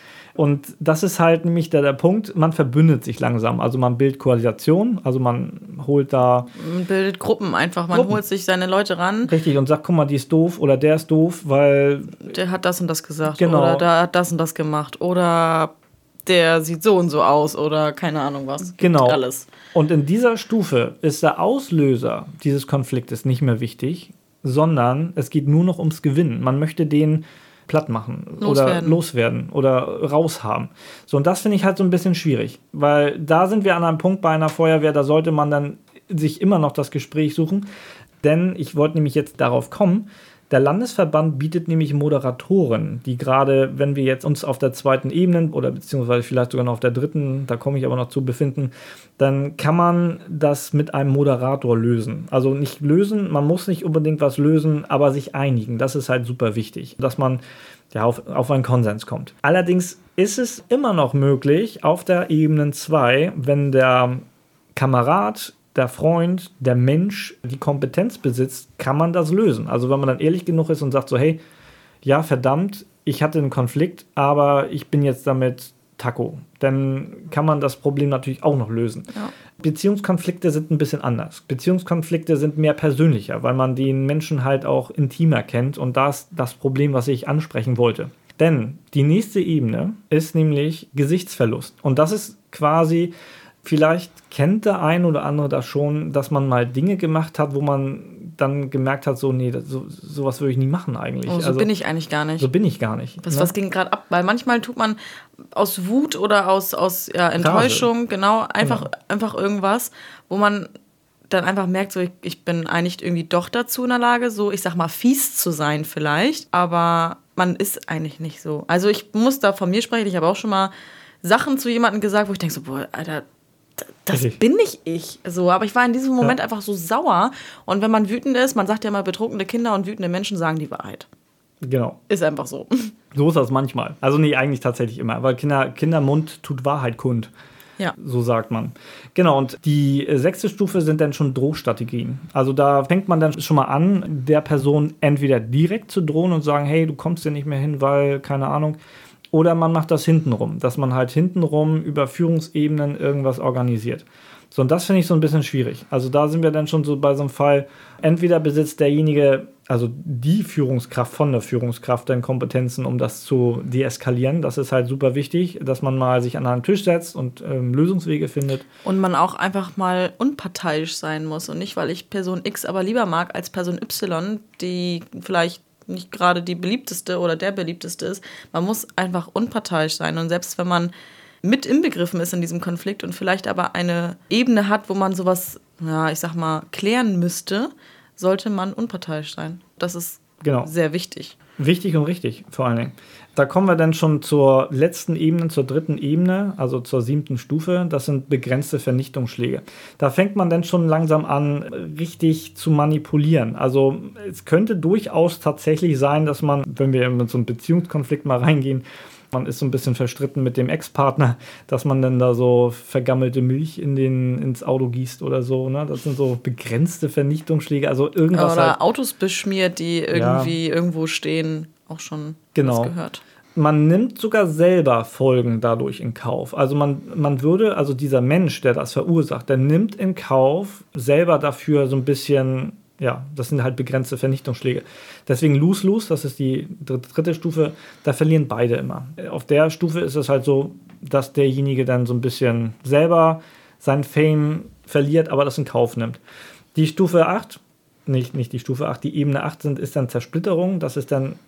[SPEAKER 3] Und das ist halt nämlich der Punkt, man verbündet sich langsam. Also man bildet Koalition, also man holt da...
[SPEAKER 2] Man bildet Gruppen einfach, man holt sich seine Leute ran.
[SPEAKER 3] Richtig, und sagt, guck mal, die ist doof oder der ist doof, weil...
[SPEAKER 2] Der hat das und das gesagt,
[SPEAKER 3] genau.
[SPEAKER 2] Oder der hat das und das gemacht oder der sieht so und so aus oder keine Ahnung was.
[SPEAKER 3] Genau.
[SPEAKER 2] Alles.
[SPEAKER 3] Und in dieser Stufe ist der Auslöser dieses Konfliktes nicht mehr wichtig, sondern es geht nur noch ums Gewinnen. Man möchte den platt machen oder loswerden oder raushaben. So, und das finde ich halt so ein bisschen schwierig, weil da sind wir an einem Punkt bei einer Feuerwehr, da sollte man dann sich immer noch das Gespräch suchen, denn ich wollte nämlich jetzt darauf kommen, der Landesverband bietet nämlich Moderatoren, die gerade, wenn wir jetzt uns auf der zweiten Ebene oder beziehungsweise vielleicht sogar noch auf der dritten, da komme ich aber noch zu, befinden, dann kann man das mit einem Moderator lösen. Also nicht lösen, man muss nicht unbedingt was lösen, aber sich einigen. Das ist halt super wichtig, dass man ja auf einen Konsens kommt. Allerdings ist es immer noch möglich, auf der Ebene 2, wenn der Kamerad, der Freund, der Mensch die Kompetenz besitzt, kann man das lösen. Also wenn man dann ehrlich genug ist und sagt so, hey, ja verdammt, ich hatte einen Konflikt, aber ich bin jetzt damit Taco. Dann kann man das Problem natürlich auch noch lösen. Ja. Beziehungskonflikte sind ein bisschen anders. Beziehungskonflikte sind mehr persönlicher, weil man den Menschen halt auch intimer kennt und das ist das Problem, was ich ansprechen wollte. Denn die nächste Ebene ist nämlich Gesichtsverlust. Und das ist quasi... Vielleicht kennt der ein oder andere das schon, dass man mal Dinge gemacht hat, wo man dann gemerkt hat, so, nee, sowas würde ich nie machen eigentlich.
[SPEAKER 2] Oh, so bin ich eigentlich gar nicht.
[SPEAKER 3] So bin ich gar nicht.
[SPEAKER 2] Was ging gerade ab? Weil manchmal tut man aus Wut oder aus Enttäuschung, einfach irgendwas, wo man dann einfach merkt, so ich bin eigentlich irgendwie doch dazu in der Lage, so ich sag mal fies zu sein vielleicht, aber man ist eigentlich nicht so. Also ich muss da von mir sprechen, ich habe auch schon mal Sachen zu jemandem gesagt, wo ich denke so, boah, Alter, das bin nicht ich. So, aber ich war in diesem Moment einfach so sauer. Und wenn man wütend ist, man sagt ja immer, betrunkene Kinder und wütende Menschen sagen die Wahrheit.
[SPEAKER 3] Genau.
[SPEAKER 2] Ist einfach so.
[SPEAKER 3] So ist das manchmal. Also nee, eigentlich tatsächlich immer. Weil Kindermund tut Wahrheit kund. Ja. So sagt man. Genau, und die 6. Stufe sind dann schon Drohstrategien. Also da fängt man dann schon mal an, der Person entweder direkt zu drohen und sagen, hey, du kommst hier nicht mehr hin, weil, keine Ahnung. Oder man macht das hintenrum, dass man halt hintenrum über Führungsebenen irgendwas organisiert. So, und das finde ich so ein bisschen schwierig. Also da sind wir dann schon so bei so einem Fall, entweder besitzt derjenige, also die Führungskraft von der Führungskraft, dann Kompetenzen, um das zu deeskalieren. Das ist halt super wichtig, dass man mal sich an einen Tisch setzt und Lösungswege findet.
[SPEAKER 2] Und man auch einfach mal unparteiisch sein muss und nicht, weil ich Person X aber lieber mag als Person Y, die vielleicht nicht gerade die beliebteste oder der beliebteste ist. Man muss einfach unparteiisch sein. Und selbst wenn man mit inbegriffen ist in diesem Konflikt und vielleicht aber eine Ebene hat, wo man sowas, ja, ich sag mal, klären müsste, sollte man unparteiisch sein. Das ist sehr wichtig.
[SPEAKER 3] Wichtig und richtig, vor allen Dingen. Da kommen wir dann schon zur letzten Ebene, zur 3. Ebene, also zur 7. Stufe. Das sind begrenzte Vernichtungsschläge. Da fängt man dann schon langsam an, richtig zu manipulieren. Also es könnte durchaus tatsächlich sein, dass man, wenn wir mit so einem Beziehungskonflikt mal reingehen, man ist so ein bisschen verstritten mit dem Ex-Partner, dass man dann da so vergammelte Milch ins Auto gießt oder so. Ne? Das sind so begrenzte Vernichtungsschläge. Also irgendwas
[SPEAKER 2] oder
[SPEAKER 3] halt,
[SPEAKER 2] Autos beschmiert, die irgendwie irgendwo stehen, auch schon was gehört.
[SPEAKER 3] Man nimmt sogar selber Folgen dadurch in Kauf. Also man würde, also dieser Mensch, der das verursacht, der nimmt in Kauf selber dafür so ein bisschen, ja, das sind halt begrenzte Vernichtungsschläge. Deswegen Lose-Lose, das ist die 3. Stufe, da verlieren beide immer. Auf der Stufe ist es halt so, dass derjenige dann so ein bisschen selber sein Fame verliert, aber das in Kauf nimmt. Die Stufe 8, nicht die Stufe 8, die Ebene 8 ist dann Zersplitterung. Das ist dann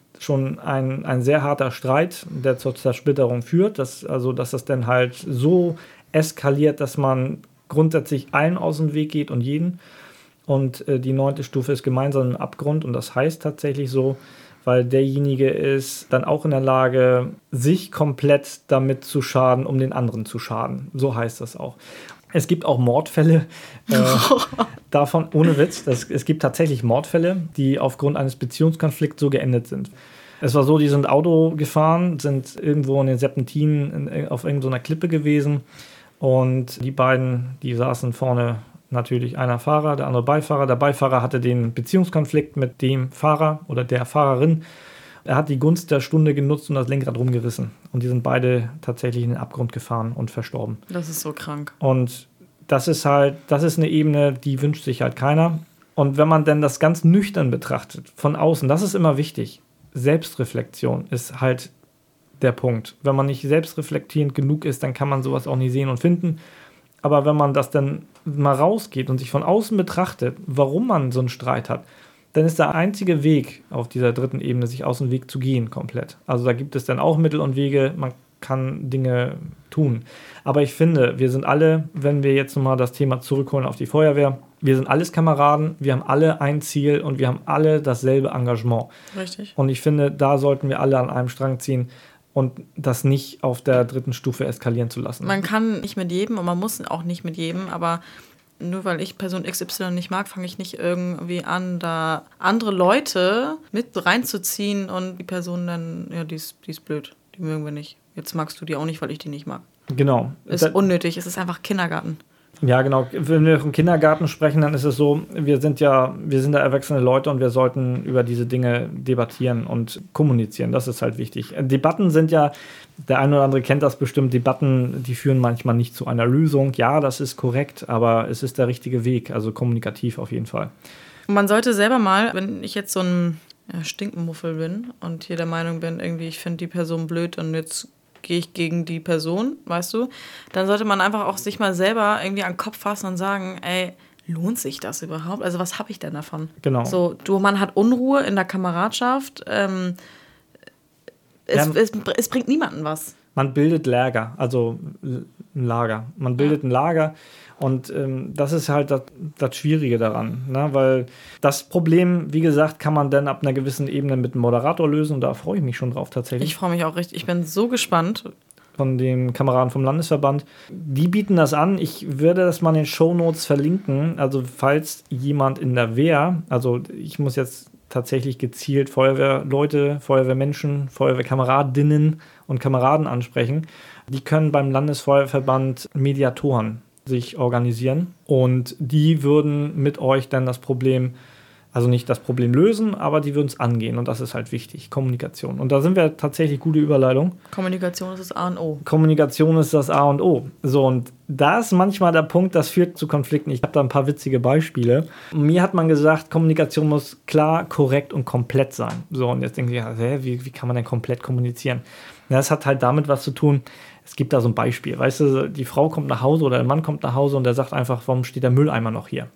[SPEAKER 3] schon ein sehr harter Streit, der zur Zersplitterung führt, dass das dann halt so eskaliert, dass man grundsätzlich allen aus dem Weg geht und jeden. Und die 9. Stufe ist gemeinsam im Abgrund und das heißt tatsächlich so, weil derjenige ist dann auch in der Lage, sich komplett damit zu schaden, um den anderen zu schaden. So heißt das auch. Es gibt auch Mordfälle davon, ohne Witz. Es gibt tatsächlich Mordfälle, die aufgrund eines Beziehungskonflikts so geendet sind. Es war so, die sind Auto gefahren, sind irgendwo in den Serpentinen auf irgendeiner Klippe gewesen und die beiden, die saßen vorne, natürlich einer Fahrer, der andere Beifahrer. Der Beifahrer hatte den Beziehungskonflikt mit dem Fahrer oder der Fahrerin. Er hat die Gunst der Stunde genutzt und das Lenkrad rumgerissen. Und die sind beide tatsächlich in den Abgrund gefahren und verstorben.
[SPEAKER 2] Das ist so krank.
[SPEAKER 3] Und das ist eine Ebene, die wünscht sich halt keiner. Und wenn man denn das ganz nüchtern betrachtet, von außen, das ist immer wichtig. Selbstreflexion ist halt der Punkt. Wenn man nicht selbstreflektierend genug ist, dann kann man sowas auch nie sehen und finden. Aber wenn man das dann mal rausgeht und sich von außen betrachtet, warum man so einen Streit hat, dann ist der einzige Weg auf dieser 3. Ebene, sich aus dem Weg zu gehen komplett. Also da gibt es dann auch Mittel und Wege, man kann Dinge tun. Aber ich finde, wir sind alle, wenn wir jetzt nochmal das Thema zurückholen auf die Feuerwehr, wir sind alles Kameraden, wir haben alle ein Ziel und wir haben alle dasselbe Engagement.
[SPEAKER 2] Richtig.
[SPEAKER 3] Und ich finde, da sollten wir alle an einem Strang ziehen und das nicht auf der 3. Stufe eskalieren zu lassen.
[SPEAKER 2] Man kann nicht mit jedem und man muss auch nicht mit jedem, aber nur weil ich Person XY nicht mag, fange ich nicht irgendwie an, da andere Leute mit reinzuziehen und die Person dann, ja, die ist blöd, die mögen wir nicht. Jetzt magst du die auch nicht, weil ich die nicht mag.
[SPEAKER 3] Genau.
[SPEAKER 2] Ist unnötig, es ist einfach Kindergarten.
[SPEAKER 3] Ja, genau. Wenn wir vom Kindergarten sprechen, dann ist es so, wir sind da erwachsene Leute und wir sollten über diese Dinge debattieren und kommunizieren. Das ist halt wichtig. Debatten sind ja, der eine oder andere kennt das bestimmt, Debatten, die führen manchmal nicht zu einer Lösung. Ja, das ist korrekt, aber es ist der richtige Weg, also kommunikativ auf jeden Fall.
[SPEAKER 2] Man sollte selber mal, wenn ich jetzt so ein Stinkmuffel bin und hier der Meinung bin, irgendwie, ich finde die Person blöd und jetzt gehe ich gegen die Person, weißt du, dann sollte man einfach auch sich mal selber irgendwie an den Kopf fassen und sagen, ey, lohnt sich das überhaupt? Also was habe ich denn davon?
[SPEAKER 3] Genau.
[SPEAKER 2] So, man hat Unruhe in der Kameradschaft, es bringt niemandem was.
[SPEAKER 3] Man bildet Lager, also ein Lager. Man bildet ein Lager und das ist halt das Schwierige daran, ne? Weil das Problem, wie gesagt, kann man dann ab einer gewissen Ebene mit einem Moderator lösen und da freue ich mich schon drauf tatsächlich.
[SPEAKER 2] Ich freue mich auch richtig, ich bin so gespannt.
[SPEAKER 3] Von den Kameraden vom Landesverband. Die bieten das an. Ich würde das mal in den Shownotes verlinken. Also falls jemand in der Wehr, also ich muss jetzt tatsächlich gezielt Feuerwehrleute, Feuerwehrmenschen, Feuerwehrkameradinnen und Kameraden ansprechen. Die können beim Landesfeuerverband Mediatoren sich organisieren und die würden mit euch dann das Problem, also nicht das Problem lösen, aber die würden es angehen und das ist halt wichtig, Kommunikation. Und da sind wir tatsächlich gute Überleitung.
[SPEAKER 2] Kommunikation ist das A und O.
[SPEAKER 3] Kommunikation ist das A und O. So, und da ist manchmal der Punkt, das führt zu Konflikten. Ich habe da ein paar witzige Beispiele. Mir hat man gesagt, Kommunikation muss klar, korrekt und komplett sein. So, und jetzt denke ich, wie kann man denn komplett kommunizieren? Ja, das hat halt damit was zu tun. Es gibt da so ein Beispiel. Weißt du, die Frau kommt nach Hause oder der Mann kommt nach Hause und der sagt einfach, warum steht der Mülleimer noch hier?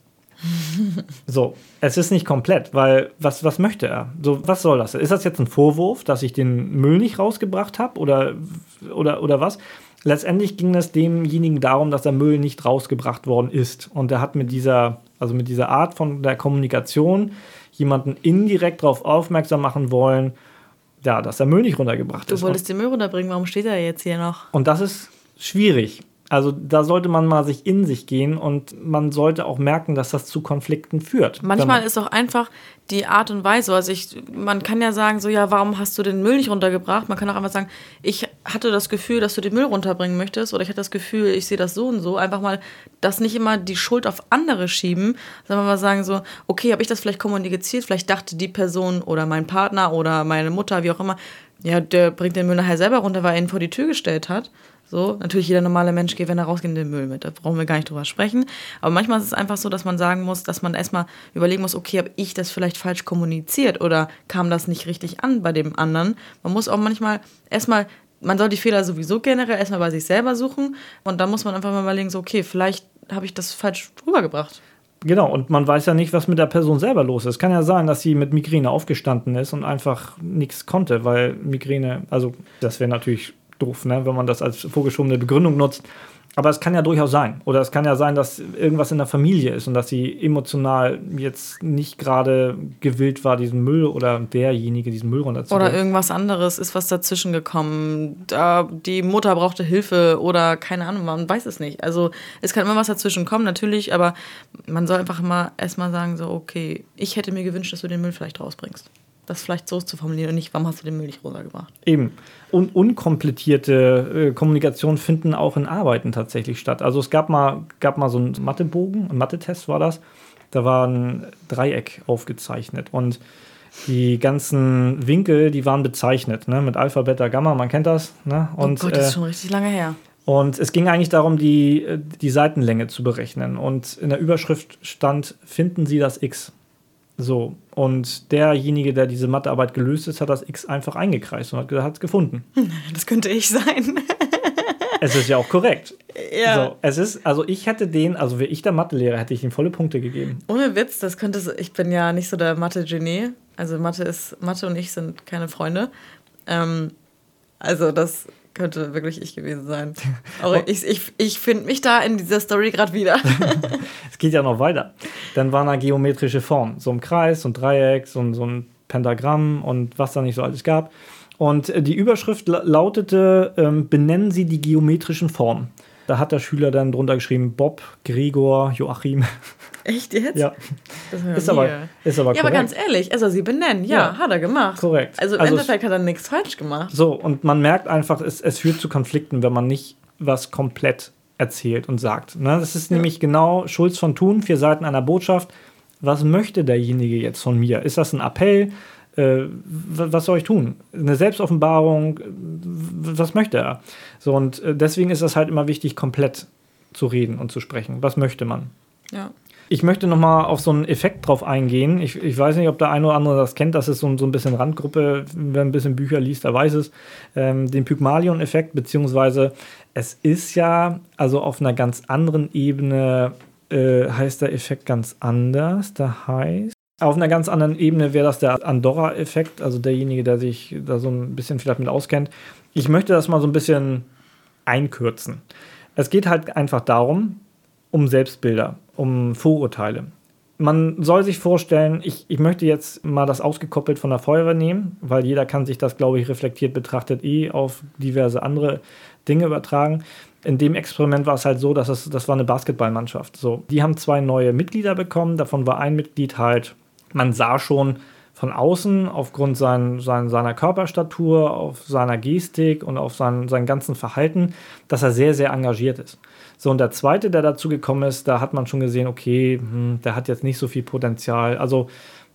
[SPEAKER 3] So, es ist nicht komplett, weil was möchte er? So, was soll das? Ist das jetzt ein Vorwurf, dass ich den Müll nicht rausgebracht habe oder was? Letztendlich ging es demjenigen darum, dass der Müll nicht rausgebracht worden ist. Und er hat mit dieser Art von der Kommunikation jemanden indirekt darauf aufmerksam machen wollen, ja, dass der Müll nicht runtergebracht ist.
[SPEAKER 2] Du wolltest den Müll runterbringen, warum steht er jetzt hier noch?
[SPEAKER 3] Und das ist schwierig. Also da sollte man mal sich in sich gehen und man sollte auch merken, dass das zu Konflikten führt.
[SPEAKER 2] Manchmal ist auch einfach die Art und Weise, also man kann ja sagen, so ja, warum hast du den Müll nicht runtergebracht? Man kann auch einfach sagen, ich hatte das Gefühl, dass du den Müll runterbringen möchtest oder ich hatte das Gefühl, ich sehe das so und so. Einfach mal das nicht immer die Schuld auf andere schieben, sondern mal sagen so, okay, habe ich das vielleicht kommuniziert? Vielleicht dachte die Person oder mein Partner oder meine Mutter, wie auch immer, ja, der bringt den Müll nachher selber runter, weil er ihn vor die Tür gestellt hat. So, natürlich jeder normale Mensch geht, wenn er rausgeht, in den Müll mit. Da brauchen wir gar nicht drüber sprechen. Aber manchmal ist es einfach so, dass man sagen muss, dass man erstmal überlegen muss, okay, habe ich das vielleicht falsch kommuniziert oder kam das nicht richtig an bei dem anderen? Man muss auch manchmal man soll die Fehler sowieso generell erstmal bei sich selber suchen und dann muss man einfach mal überlegen, so, okay, vielleicht habe ich das falsch rübergebracht.
[SPEAKER 3] Genau, und man weiß ja nicht, was mit der Person selber los ist. Kann ja sein, dass sie mit Migräne aufgestanden ist und einfach nichts konnte, weil Migräne, also das wäre natürlich doof, ne, wenn man das als vorgeschobene Begründung nutzt. Aber es kann ja durchaus sein. Oder es kann ja sein, dass irgendwas in der Familie ist und dass sie emotional jetzt nicht gerade gewillt war, diesen Müll oder derjenige diesen Müll runterzubringen.
[SPEAKER 2] Oder irgendwas anderes ist was dazwischen gekommen. Die Mutter brauchte Hilfe oder keine Ahnung, man weiß es nicht. Also es kann immer was dazwischen kommen, natürlich, aber man soll einfach mal erstmal sagen, so okay, ich hätte mir gewünscht, dass du den Müll vielleicht rausbringst. Das vielleicht so zu formulieren und nicht, warum hast du den Müll nicht runtergebracht?
[SPEAKER 3] Eben. Und unkomplettierte Kommunikation finden auch in Arbeiten tatsächlich statt. Also es gab mal so einen Mathebogen, ein Mathetest war das. Da war ein Dreieck aufgezeichnet und die ganzen Winkel, die waren bezeichnet, ne? Mit Alpha, Beta, Gamma, man kennt das. Ne? Und,
[SPEAKER 2] oh Gott, das ist schon richtig lange her.
[SPEAKER 3] Und es ging eigentlich darum, die Seitenlänge zu berechnen. Und in der Überschrift stand, finden Sie das X. So, und derjenige, der diese Mathearbeit gelöst ist, hat das X einfach eingekreist und hat es gefunden.
[SPEAKER 2] Das könnte ich sein.
[SPEAKER 3] Es ist ja auch korrekt.
[SPEAKER 2] Ja.
[SPEAKER 3] So, ich hätte wäre ich der Mathelehrer, hätte ich ihm volle Punkte gegeben.
[SPEAKER 2] Ohne Witz, ich bin ja nicht so der Mathe-Genie. Also Mathe und ich sind keine Freunde. Also das könnte wirklich ich gewesen sein. Aber ich finde mich da in dieser Story gerade wieder.
[SPEAKER 3] Es geht ja noch weiter. Dann waren da geometrische Formen. So ein Kreis, so ein Dreieck, so ein Pentagramm und was da nicht so alles gab. Und die Überschrift lautete, benennen Sie die geometrischen Formen. Da hat der Schüler dann drunter geschrieben, Bob, Gregor, Joachim.
[SPEAKER 2] Echt jetzt?
[SPEAKER 3] Ja.
[SPEAKER 2] Ist aber
[SPEAKER 3] korrekt.
[SPEAKER 2] Ja, aber ganz ehrlich, er soll sie benennen. Ja, hat er gemacht.
[SPEAKER 3] Korrekt.
[SPEAKER 2] Also im Endeffekt hat er nichts falsch gemacht.
[SPEAKER 3] So, und man merkt einfach, es führt zu Konflikten, wenn man nicht was komplett erzählt und sagt. Ne? Das ist nämlich genau Schulz von Thun, 4 Seiten einer Botschaft. Was möchte derjenige jetzt von mir? Ist das ein Appell? Was soll ich tun? Eine Selbstoffenbarung? Was möchte er? So, und deswegen ist es halt immer wichtig, komplett zu reden und zu sprechen. Was möchte man?
[SPEAKER 2] Ja.
[SPEAKER 3] Ich möchte nochmal auf so einen Effekt drauf eingehen. Ich weiß nicht, ob der eine oder andere das kennt. Das ist so ein bisschen Randgruppe. Wer ein bisschen Bücher liest, der weiß es. Den Pygmalion-Effekt, beziehungsweise es ist ja, also auf einer ganz anderen Ebene heißt der Effekt ganz anders. Da heißt, auf einer ganz anderen Ebene wäre das der Andorra-Effekt, also derjenige, der sich da so ein bisschen vielleicht mit auskennt. Ich möchte das mal so ein bisschen einkürzen. Es geht halt einfach darum, um Selbstbilder, um Vorurteile. Man soll sich vorstellen, ich möchte jetzt mal das ausgekoppelt von der Feuerwehr nehmen, weil jeder kann sich das, glaube ich, reflektiert betrachtet auf diverse andere Dinge übertragen. In dem Experiment war es halt so, das war eine Basketballmannschaft. So, die haben 2 neue Mitglieder bekommen, davon war ein Mitglied halt, man sah schon von außen aufgrund seiner Körperstatur, auf seiner Gestik und auf sein ganzen Verhalten, dass er sehr, sehr engagiert ist. So, und der zweite, der dazu gekommen ist, da hat man schon gesehen, okay, der hat jetzt nicht so viel Potenzial. Also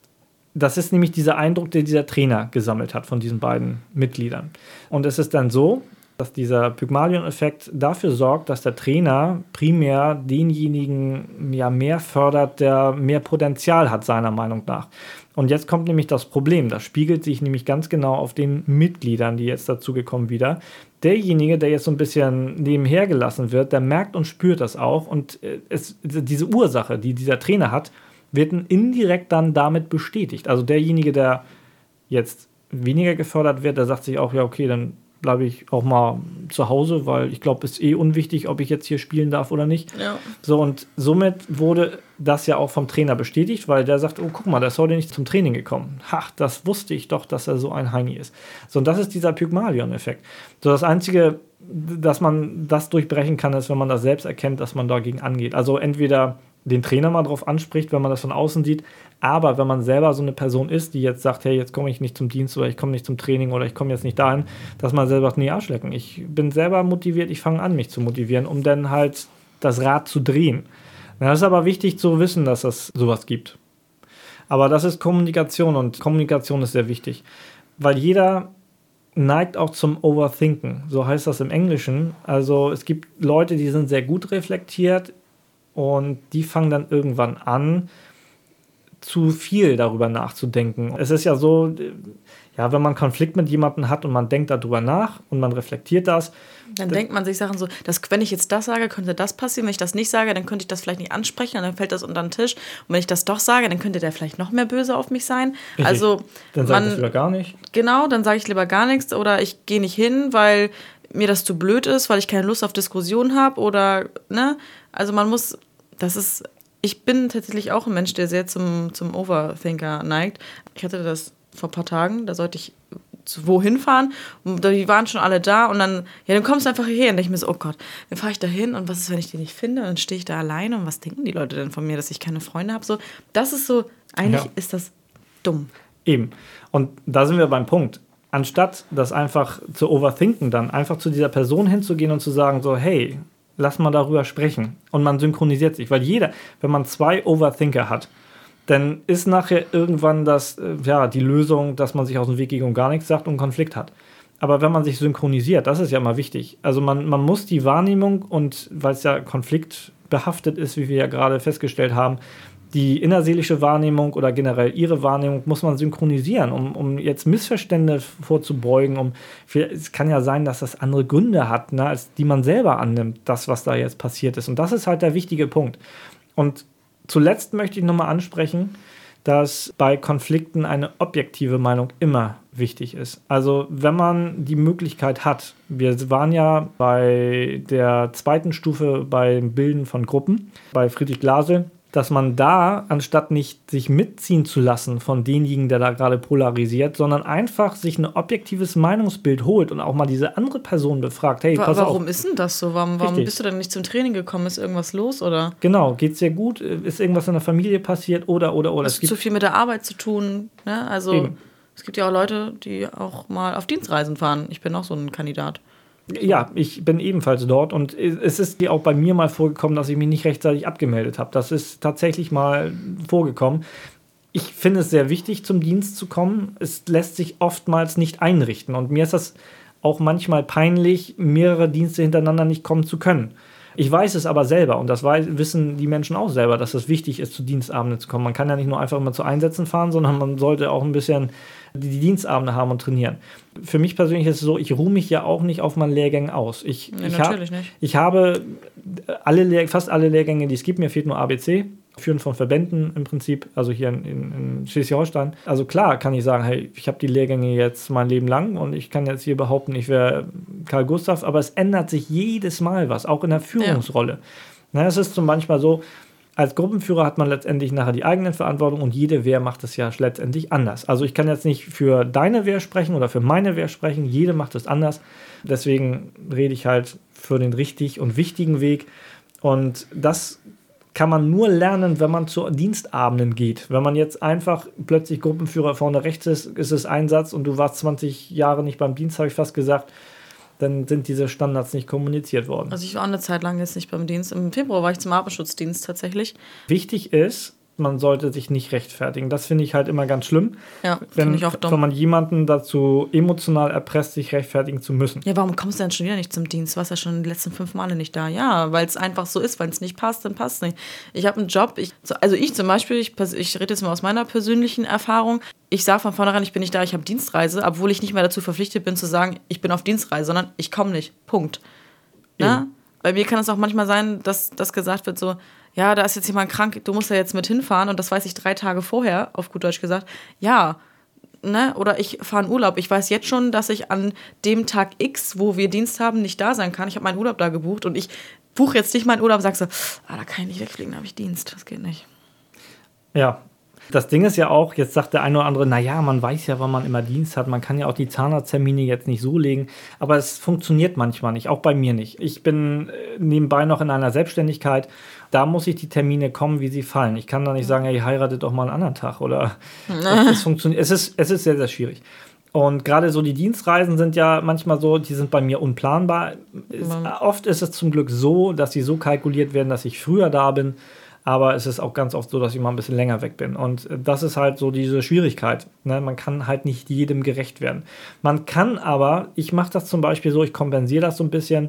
[SPEAKER 3] das ist nämlich dieser Eindruck, den dieser Trainer gesammelt hat von diesen beiden Mitgliedern. Und es ist dann so, dass dieser Pygmalion-Effekt dafür sorgt, dass der Trainer primär denjenigen mehr fördert, der mehr Potenzial hat, seiner Meinung nach. Und jetzt kommt nämlich das Problem, das spiegelt sich nämlich ganz genau auf den Mitgliedern, die jetzt dazugekommen wieder. Derjenige, der jetzt so ein bisschen nebenher gelassen wird, der merkt und spürt das auch und diese Ursache, die dieser Trainer hat, wird indirekt dann damit bestätigt. Also derjenige, der jetzt weniger gefördert wird, der sagt sich auch, ja okay, dann bleibe ich auch mal zu Hause, weil ich glaube, es ist unwichtig, ob ich jetzt hier spielen darf oder nicht.
[SPEAKER 2] Ja.
[SPEAKER 3] So, und somit wurde das ja auch vom Trainer bestätigt, weil der sagt, oh, guck mal, der ist heute nicht zum Training gekommen. Ach, das wusste ich doch, dass er so ein Heini ist. So, und das ist dieser Pygmalion-Effekt. So, das Einzige, dass man das durchbrechen kann, ist, wenn man das selbst erkennt, dass man dagegen angeht. Also entweder den Trainer mal drauf anspricht, wenn man das von außen sieht, aber wenn man selber so eine Person ist, die jetzt sagt, hey, jetzt komme ich nicht zum Dienst oder ich komme nicht zum Training oder ich komme jetzt nicht dahin, dass man selber sagt, nee, Arschlecken, ich bin selber motiviert, ich fange an, mich zu motivieren, um dann halt das Rad zu drehen. Das ist aber wichtig zu wissen, dass es sowas gibt. Aber das ist Kommunikation und Kommunikation ist sehr wichtig, weil jeder neigt auch zum Overthinken, so heißt das im Englischen. Also es gibt Leute, die sind sehr gut reflektiert und die fangen dann irgendwann an zu viel darüber nachzudenken. Es ist ja so, ja, wenn man einen Konflikt mit jemandem hat und man denkt darüber nach und man reflektiert das.
[SPEAKER 2] Dann denkt man sich Sachen so, dass, wenn ich jetzt das sage, könnte das passieren. Wenn ich das nicht sage, dann könnte ich das vielleicht nicht ansprechen und dann fällt das unter den Tisch. Und wenn ich das doch sage, dann könnte der vielleicht noch mehr böse auf mich sein.
[SPEAKER 3] Richtig.
[SPEAKER 2] Also
[SPEAKER 3] dann sage ich lieber gar nicht.
[SPEAKER 2] Genau, dann sage ich lieber gar nichts oder ich gehe nicht hin, weil mir das zu blöd ist, weil ich keine Lust auf Diskussion habe oder, ne? Also man muss, ich bin tatsächlich auch ein Mensch, der sehr zum Overthinker neigt. Ich hatte das vor ein paar Tagen, da sollte ich wohin fahren und die waren schon alle da und dann kommst du einfach hierher und denke ich mir so, oh Gott, dann fahre ich da hin und was ist, wenn ich die nicht finde und dann stehe ich da alleine und was denken die Leute denn von mir, dass ich keine Freunde habe? So, das ist so, eigentlich ist das dumm.
[SPEAKER 3] Eben. Und da sind wir beim Punkt. Anstatt das einfach zu overthinken, dann einfach zu dieser Person hinzugehen und zu sagen so, hey, lass mal darüber sprechen. Und man synchronisiert sich, weil wenn man 2 Overthinker hat, dann ist nachher irgendwann die Lösung, dass man sich aus dem Weg geht und gar nichts sagt und einen Konflikt hat. Aber wenn man sich synchronisiert, das ist ja mal wichtig. Also man muss die Wahrnehmung und, weil es ja konfliktbehaftet ist, wie wir ja gerade festgestellt haben, die innerseelische Wahrnehmung oder generell ihre Wahrnehmung muss man synchronisieren, um jetzt Missverständnisse vorzubeugen. Es kann ja sein, dass das andere Gründe hat, ne, als die man selber annimmt, das, was da jetzt passiert ist. Und das ist halt der wichtige Punkt. Und zuletzt möchte ich nochmal ansprechen, dass bei Konflikten eine objektive Meinung immer wichtig ist. Also wenn man die Möglichkeit hat, wir waren ja bei der 2. Stufe beim Bilden von Gruppen, bei Friedrich Glasel, dass man da, anstatt nicht sich mitziehen zu lassen von denjenigen, der da gerade polarisiert, sondern einfach sich ein objektives Meinungsbild holt und auch mal diese andere Person befragt. Hey, pass auf.
[SPEAKER 2] Warum ist denn das so? Warum bist du denn nicht zum Training gekommen? Ist irgendwas los, oder?
[SPEAKER 3] Genau, geht's dir gut? Ist irgendwas in der Familie passiert? Oder.
[SPEAKER 2] Hast du zu viel mit der Arbeit zu tun? Ne? Also,
[SPEAKER 3] eben.
[SPEAKER 2] Es gibt ja auch Leute, die auch mal auf Dienstreisen fahren. Ich bin auch so ein Kandidat.
[SPEAKER 3] Ja, ich bin ebenfalls dort und es ist auch bei mir mal vorgekommen, dass ich mich nicht rechtzeitig abgemeldet habe. Das ist tatsächlich mal vorgekommen. Ich finde es sehr wichtig, zum Dienst zu kommen. Es lässt sich oftmals nicht einrichten und mir ist das auch manchmal peinlich, mehrere Dienste hintereinander nicht kommen zu können. Ich weiß es aber selber und das wissen die Menschen auch selber, dass es wichtig ist, zu Dienstabenden zu kommen. Man kann ja nicht nur einfach immer zu Einsätzen fahren, sondern man sollte auch ein bisschen die Dienstabende haben und trainieren. Für mich persönlich ist es so, ich ruhe mich ja auch nicht auf meinen Lehrgängen aus.
[SPEAKER 2] Natürlich nicht.
[SPEAKER 3] Ich habe fast alle Lehrgänge, die es gibt, mir fehlt nur ABC, Führen von Verbänden im Prinzip, also hier in Schleswig-Holstein. Also klar kann ich sagen, hey, ich habe die Lehrgänge jetzt mein Leben lang und ich kann jetzt hier behaupten, ich wäre Karl Gustav, aber es ändert sich jedes Mal was, auch in der Führungsrolle. Ja. Es ist zum Beispiel so, als Gruppenführer hat man letztendlich nachher die eigene Verantwortung und jede Wehr macht es ja letztendlich anders. Also ich kann jetzt nicht für deine Wehr sprechen oder für meine Wehr sprechen, jede macht es anders. Deswegen rede ich halt für den richtig und wichtigen Weg und das kann man nur lernen, wenn man zu Dienstabenden geht. Wenn man jetzt einfach plötzlich Gruppenführer vorne rechts ist es Einsatz und du warst 20 Jahre nicht beim Dienst, habe ich fast gesagt, dann sind diese Standards nicht kommuniziert worden.
[SPEAKER 2] Also ich war eine Zeit lang jetzt nicht beim Dienst. Im Februar war ich zum Atemschutzdienst tatsächlich.
[SPEAKER 3] Wichtig ist, man sollte sich nicht rechtfertigen. Das finde ich halt immer ganz schlimm.
[SPEAKER 2] Ja, finde ich auch dumm.
[SPEAKER 3] Wenn man jemanden dazu emotional erpresst, sich rechtfertigen zu müssen.
[SPEAKER 2] Ja, warum kommst du denn schon wieder nicht zum Dienst? Du warst ja schon die letzten 5 Male nicht da. Ja, weil es einfach so ist. Wenn es nicht passt, dann passt es nicht. Ich habe einen Job. Ich zum Beispiel, ich rede jetzt mal aus meiner persönlichen Erfahrung. Ich sage von vornherein, ich bin nicht da, ich habe Dienstreise, obwohl ich nicht mehr dazu verpflichtet bin zu sagen, ich bin auf Dienstreise, sondern ich komme nicht. Punkt. Na? Bei mir kann es auch manchmal sein, dass das gesagt wird so, ja, da ist jetzt jemand krank, du musst ja jetzt mit hinfahren und das weiß ich 3 Tage vorher, auf gut Deutsch gesagt, ja, ne, oder ich fahre in Urlaub. Ich weiß jetzt schon, dass ich an dem Tag X, wo wir Dienst haben, nicht da sein kann. Ich habe meinen Urlaub da gebucht und ich buche jetzt nicht meinen Urlaub und sage so, da kann ich nicht wegfliegen, da habe ich Dienst, das geht nicht.
[SPEAKER 3] Ja, das Ding ist ja auch, jetzt sagt der eine oder andere, naja, man weiß ja, wann man immer Dienst hat, man kann ja auch die Zahnarzttermine jetzt nicht so legen, aber es funktioniert manchmal nicht, auch bei mir nicht. Ich bin nebenbei noch in einer Selbstständigkeit, da muss ich die Termine kommen, wie sie fallen. Ich kann da nicht sagen, hey, heiratet doch mal einen anderen Tag oder es funktioniert. Es ist sehr, sehr schwierig. Und gerade so die Dienstreisen sind ja manchmal so, die sind bei mir unplanbar. Oft ist es zum Glück so, dass sie so kalkuliert werden, dass ich früher da bin. Aber es ist auch ganz oft so, dass ich mal ein bisschen länger weg bin. Und das ist halt so diese Schwierigkeit. Ne? Man kann halt nicht jedem gerecht werden. Man kann aber, ich mache das zum Beispiel so, ich kompensiere das so ein bisschen,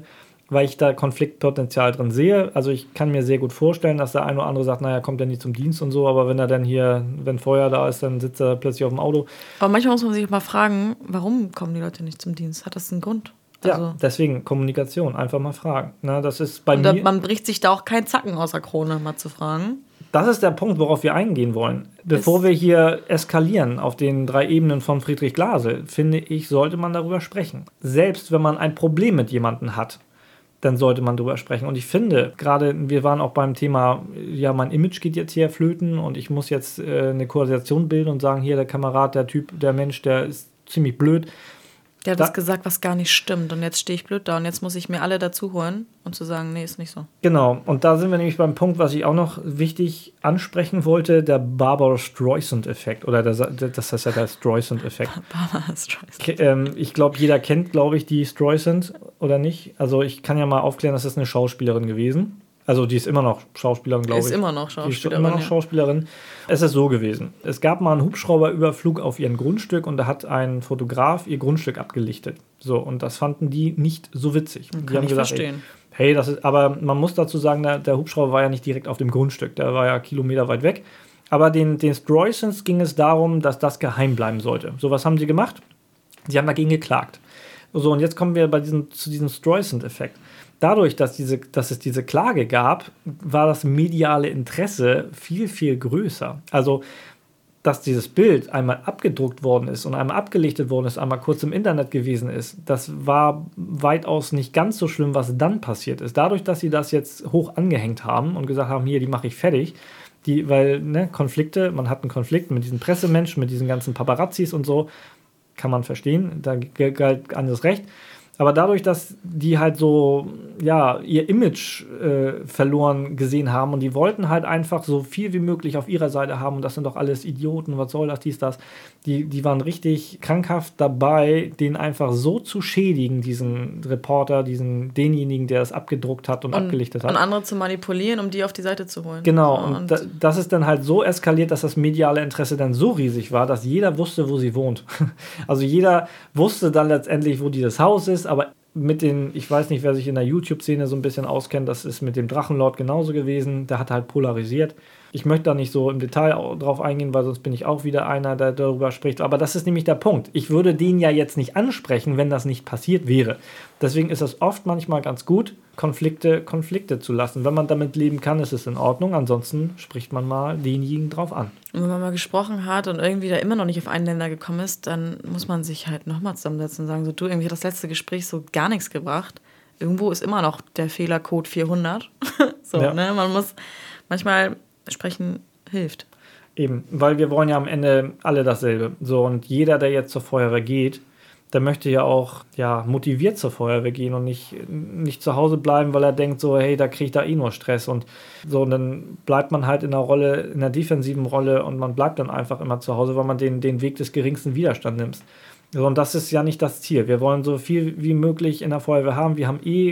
[SPEAKER 3] weil ich da Konfliktpotenzial drin sehe. Also ich kann mir sehr gut vorstellen, dass der eine oder andere sagt, naja, kommt er nicht zum Dienst und so, aber wenn er dann hier, wenn Feuer da ist, dann sitzt er plötzlich auf dem Auto.
[SPEAKER 2] Aber manchmal muss man sich mal fragen, warum kommen die Leute nicht zum Dienst? Hat das einen Grund? Also
[SPEAKER 3] ja, deswegen Kommunikation, einfach mal fragen. Na, das ist bei mir.
[SPEAKER 2] Man bricht sich da auch keinen Zacken aus der Krone, mal zu fragen.
[SPEAKER 3] Das ist der Punkt, worauf wir eingehen wollen. Bevor wir hier eskalieren auf den 3 Ebenen von Friedrich Glasel, finde ich, sollte man darüber sprechen. Selbst wenn man ein Problem mit jemandem hat, dann sollte man darüber sprechen. Und ich finde, gerade wir waren auch beim Thema, ja, mein Image geht jetzt hier flöten und ich muss jetzt eine Koordination bilden und sagen, hier der Kamerad, der Typ, der Mensch, der ist ziemlich blöd.
[SPEAKER 2] Der hat was gesagt, was gar nicht stimmt. Und jetzt stehe ich blöd da und jetzt muss ich mir alle dazu holen und zu sagen, nee, ist nicht so.
[SPEAKER 3] Genau. Und da sind wir nämlich beim Punkt, was ich auch noch wichtig ansprechen wollte, der Barbara Streisand-Effekt. Oder das heißt ja der Streisand-Effekt.
[SPEAKER 2] Barbara Streisand.
[SPEAKER 3] Ich glaube, jeder kennt, die Streisand oder nicht. Also ich kann ja mal aufklären, das ist eine Schauspielerin gewesen. Also die ist immer noch Schauspielerin, glaube ich.
[SPEAKER 2] Die ist immer noch Schauspielerin.
[SPEAKER 3] Die ist immer noch Schauspielerin. Es ist so gewesen. Es gab mal einen Hubschrauberüberflug auf ihrem Grundstück und da hat ein Fotograf ihr Grundstück abgelichtet. So, und das fanden die nicht so witzig.
[SPEAKER 2] Kann
[SPEAKER 3] die haben
[SPEAKER 2] ich
[SPEAKER 3] gesagt,
[SPEAKER 2] verstehen.
[SPEAKER 3] Hey, das ist, aber man muss dazu sagen, der Hubschrauber war ja nicht direkt auf dem Grundstück. Der war ja Kilometer weit weg. Aber den Streisand ging es darum, dass das geheim bleiben sollte. So, was haben sie gemacht? Sie haben dagegen geklagt. So, und jetzt kommen wir zu diesem Streisand-Effekt. Dadurch, dass es diese Klage gab, war das mediale Interesse viel, viel größer. Also, dass dieses Bild einmal abgedruckt worden ist und einmal abgelichtet worden ist, einmal kurz im Internet gewesen ist, das war weitaus nicht ganz so schlimm, was dann passiert ist. Dadurch, dass sie das jetzt hoch angehängt haben und gesagt haben, hier, die mache ich fertig, weil Konflikte, man hat einen Konflikt mit diesen Pressemenschen, mit diesen ganzen Paparazzis und so, kann man verstehen, da galt anderes Recht. Aber dadurch, dass die halt so, ja, ihr Image verloren gesehen haben und die wollten halt einfach so viel wie möglich auf ihrer Seite haben und das sind doch alles Idioten, was soll das, dies, das. Die waren richtig krankhaft dabei, den einfach so zu schädigen, diesen Reporter, denjenigen, der es abgedruckt hat und abgelichtet hat.
[SPEAKER 2] Und andere zu manipulieren, um die auf die Seite zu holen.
[SPEAKER 3] Genau, und das ist dann halt so eskaliert, dass das mediale Interesse dann so riesig war, dass jeder wusste, wo sie wohnt. Also jeder wusste dann letztendlich, wo dieses Haus ist, aber ich weiß nicht, wer sich in der YouTube-Szene so ein bisschen auskennt, das ist mit dem Drachenlord genauso gewesen, der hat halt polarisiert. Ich möchte da nicht so im Detail drauf eingehen, weil sonst bin ich auch wieder einer, der darüber spricht. Aber das ist nämlich der Punkt. Ich würde den ja jetzt nicht ansprechen, wenn das nicht passiert wäre. Deswegen ist es oft manchmal ganz gut, Konflikte zu lassen. Wenn man damit leben kann, ist es in Ordnung. Ansonsten spricht man mal denjenigen drauf an.
[SPEAKER 2] Und wenn man mal gesprochen hat und irgendwie da immer noch nicht auf einen Nenner gekommen ist, dann muss man sich halt nochmal zusammensetzen und sagen, so, du, irgendwie hat das letzte Gespräch so gar nichts gebracht. Irgendwo ist immer noch der Fehlercode 400. So, ja. Ne? Man muss manchmal sprechen, hilft.
[SPEAKER 3] Eben, weil wir wollen ja am Ende alle dasselbe. So, und jeder, der jetzt zur Feuerwehr geht, der möchte ja auch motiviert zur Feuerwehr gehen und nicht zu Hause bleiben, weil er denkt so, hey, da kriege ich da eh nur Stress und so, und dann bleibt man halt in einer defensiven Rolle und man bleibt dann einfach immer zu Hause, weil man den Weg des geringsten Widerstands nimmt. So, und das ist ja nicht das Ziel. Wir wollen so viel wie möglich in der Feuerwehr haben. Wir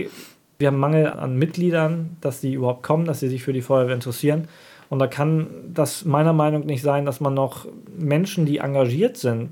[SPEAKER 3] haben Mangel an Mitgliedern, dass sie überhaupt kommen, dass sie sich für die Feuerwehr interessieren. Und da kann das meiner Meinung nach nicht sein, dass man noch Menschen, die engagiert sind,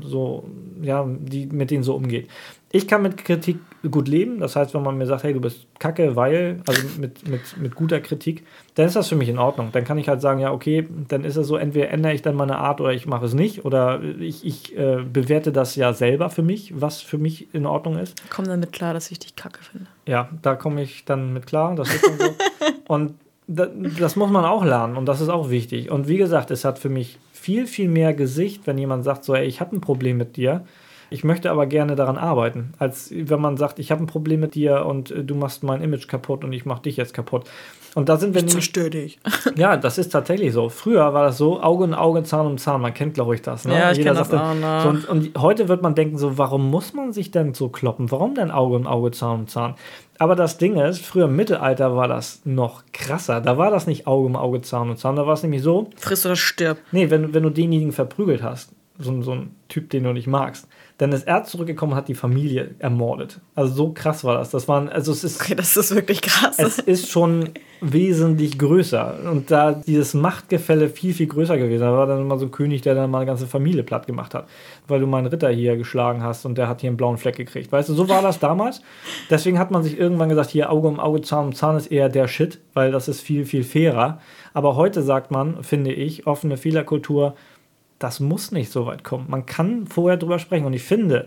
[SPEAKER 3] mit denen so umgeht. Ich kann mit Kritik gut leben. Das heißt, wenn man mir sagt, hey, du bist kacke, also mit guter Kritik, dann ist das für mich in Ordnung. Dann kann ich halt sagen, ja, okay, dann ist es so, entweder ändere ich dann meine Art oder ich mache es nicht. Oder ich bewerte das ja selber für mich, was für mich in Ordnung ist.
[SPEAKER 2] Komm damit klar, dass ich dich kacke finde.
[SPEAKER 3] Ja, da komme ich dann mit klar. Das ist dann so. Und das muss man auch lernen und das ist auch wichtig. Und wie gesagt, es hat für mich viel, viel mehr Gesicht, wenn jemand sagt, so, ey, ich habe ein Problem mit dir, ich möchte aber gerne daran arbeiten, als wenn man sagt, ich habe ein Problem mit dir und du machst mein Image kaputt und ich mache dich jetzt kaputt. Und da sind wir
[SPEAKER 2] nämlich... Zerstör dich.
[SPEAKER 3] Ja, das ist tatsächlich so. Früher war das so, Auge in Auge, Zahn um Zahn. Man kennt, glaube ich, das. Ne?
[SPEAKER 2] Ja, ich kenne das auch noch.
[SPEAKER 3] So, und heute wird man denken, so, warum muss man sich denn so kloppen? Warum denn Auge in Auge, Zahn um Zahn? Aber das Ding ist, früher im Mittelalter war das noch krasser. Da war das nicht Auge um Auge, Zahn um Zahn. Da war es nämlich so...
[SPEAKER 2] Friss oder stirb.
[SPEAKER 3] Nee, wenn du denjenigen verprügelt hast, so ein Typ, den du nicht magst, Dann ist er zurückgekommen und hat die Familie ermordet. Also so krass war das.
[SPEAKER 2] Okay, das ist wirklich krass.
[SPEAKER 3] Es ist schon wesentlich größer. Und da dieses Machtgefälle viel, viel größer gewesen. Da war dann immer so ein König, der dann mal eine ganze Familie platt gemacht hat. Weil du meinen Ritter hier geschlagen hast und der hat hier einen blauen Fleck gekriegt. Weißt du, so war das damals. Deswegen hat man sich irgendwann gesagt, hier Auge um Auge, Zahn um Zahn ist eher der Shit, weil das ist viel, viel fairer. Aber heute sagt man, finde ich, offene Fehlerkultur, das muss nicht so weit kommen. Man kann vorher drüber sprechen. Und ich finde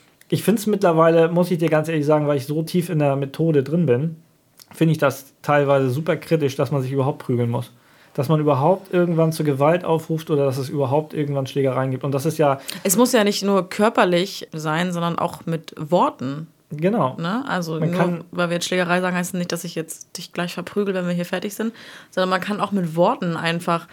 [SPEAKER 3] es mittlerweile, muss ich dir ganz ehrlich sagen, weil ich so tief in der Methode drin bin, finde ich das teilweise super kritisch, dass man sich überhaupt prügeln muss. Dass man überhaupt irgendwann zur Gewalt aufruft oder dass es überhaupt irgendwann Schlägereien gibt. Und das ist ja...
[SPEAKER 2] Es muss ja nicht nur körperlich sein, sondern auch mit Worten.
[SPEAKER 3] Genau.
[SPEAKER 2] Ne? Also nur, weil wir jetzt Schlägerei sagen, heißt nicht, dass ich jetzt dich gleich verprügel, wenn wir hier fertig sind, sondern man kann auch mit Worten einfach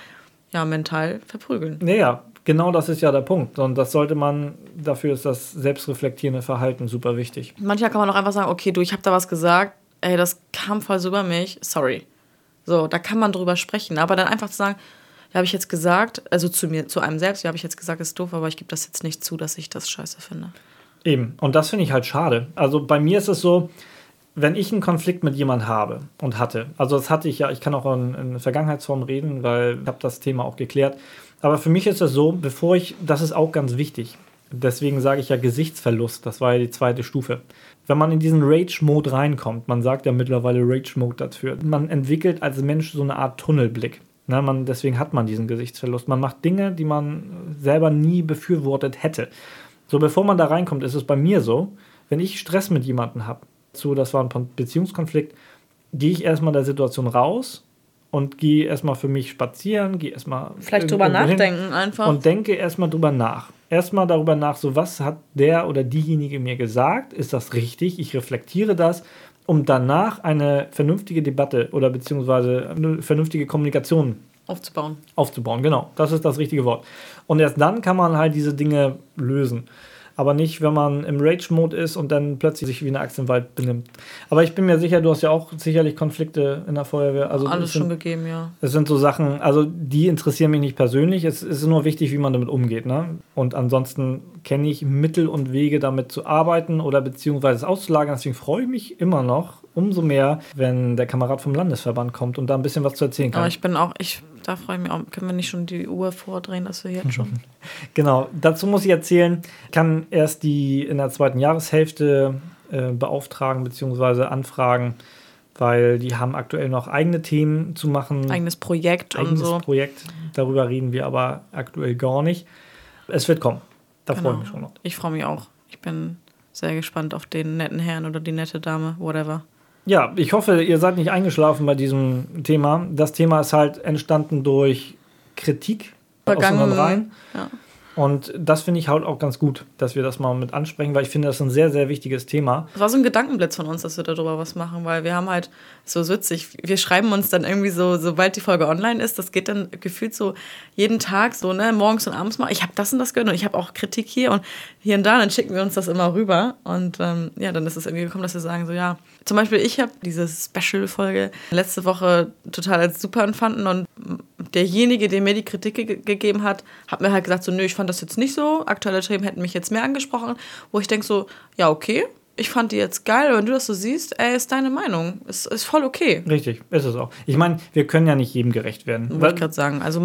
[SPEAKER 2] mental verprügeln.
[SPEAKER 3] Naja, genau das ist ja der Punkt. Und das sollte man, dafür ist das selbstreflektierende Verhalten super wichtig.
[SPEAKER 2] Manchmal kann man auch einfach sagen, okay, du, ich habe da was gesagt, ey, das kam voll so über mich, sorry. So, da kann man drüber sprechen. Aber dann einfach zu sagen, ja, habe ich jetzt gesagt, also zu einem selbst, ja, habe ich jetzt gesagt, ist doof, aber ich gebe das jetzt nicht zu, dass ich das scheiße finde.
[SPEAKER 3] Eben, und das finde ich halt schade. Also bei mir ist es so, wenn ich einen Konflikt mit jemandem habe und hatte, also das hatte ich ja, ich kann auch in Vergangenheitsform reden, weil ich habe das Thema auch geklärt, aber für mich ist es so, das ist auch ganz wichtig, deswegen sage ich ja Gesichtsverlust, das war ja die zweite Stufe. Wenn man in diesen Rage-Mode reinkommt, man sagt ja mittlerweile Rage-Mode dafür, man entwickelt als Mensch so eine Art Tunnelblick. Deswegen hat man diesen Gesichtsverlust. Man macht Dinge, die man selber nie befürwortet hätte. So, bevor man da reinkommt, ist es bei mir so, wenn ich Stress mit jemandem habe, das war ein Beziehungskonflikt, gehe ich erstmal der Situation raus und gehe erstmal für mich spazieren, gehe erstmal
[SPEAKER 2] vielleicht drüber nachdenken einfach.
[SPEAKER 3] Und denke erstmal drüber nach. Erstmal darüber nach, so was hat der oder diejenige mir gesagt, ist das richtig, ich reflektiere das, um danach eine vernünftige Debatte oder beziehungsweise eine vernünftige Kommunikation aufzubauen, genau. Das ist das richtige Wort. Und erst dann kann man halt diese Dinge lösen. Aber nicht, wenn man im Rage-Mode ist und dann plötzlich sich wie eine Axt im Wald benimmt. Aber ich bin mir sicher, du hast ja auch sicherlich Konflikte in der Feuerwehr. Also
[SPEAKER 2] alles schon gegeben, ja.
[SPEAKER 3] Es sind so Sachen, also die interessieren mich nicht persönlich. Es ist nur wichtig, wie man damit umgeht. Ne? Und ansonsten kenne ich Mittel und Wege, damit zu arbeiten oder beziehungsweise es auszulagern. Deswegen freue ich mich immer noch umso mehr, wenn der Kamerad vom Landesverband kommt und da ein bisschen was zu erzählen kann.
[SPEAKER 2] Aber da freue ich mich auch. Können wir nicht schon die Uhr vordrehen, dass wir jetzt schon...
[SPEAKER 3] Genau, dazu muss ich erzählen, ich kann erst die in der zweiten Jahreshälfte beauftragen bzw. anfragen, weil die haben aktuell noch eigene Themen zu machen.
[SPEAKER 2] Eigenes Projekt und so.
[SPEAKER 3] Projekt, darüber reden wir aber aktuell gar nicht. Es wird kommen, da freue ich mich schon noch.
[SPEAKER 2] Ich freue mich auch. Ich bin sehr gespannt auf den netten Herrn oder die nette Dame, whatever.
[SPEAKER 3] Ja, ich hoffe, ihr seid nicht eingeschlafen bei diesem Thema. Das Thema ist halt entstanden durch Kritik aus unseren Reihen. Ja. Und das finde ich halt auch ganz gut, dass wir das mal mit ansprechen, weil ich finde, das ist ein sehr, sehr wichtiges Thema.
[SPEAKER 2] Es war so ein Gedankenblitz von uns, dass wir darüber was machen, weil wir haben halt, so witzig, wir schreiben uns dann irgendwie so, sobald die Folge online ist, das geht dann gefühlt so jeden Tag so, ne, morgens und abends mal, ich habe das und das gehört und ich habe auch Kritik hier und hier und da, dann schicken wir uns das immer rüber und dann ist es irgendwie gekommen, dass wir sagen so, ja, zum Beispiel ich habe diese Special-Folge letzte Woche total als super empfunden und derjenige, der mir die Kritik gegeben hat, hat mir halt gesagt so, nö, ich fand das jetzt nicht so, aktuelle Themen hätten mich jetzt mehr angesprochen, wo ich denke so, ja, okay, ich fand die jetzt geil, wenn du das so siehst, ist deine Meinung, ist voll okay.
[SPEAKER 3] Richtig, ist es auch. Ich meine, wir können ja nicht jedem gerecht werden.
[SPEAKER 2] Wollte ich gerade sagen, also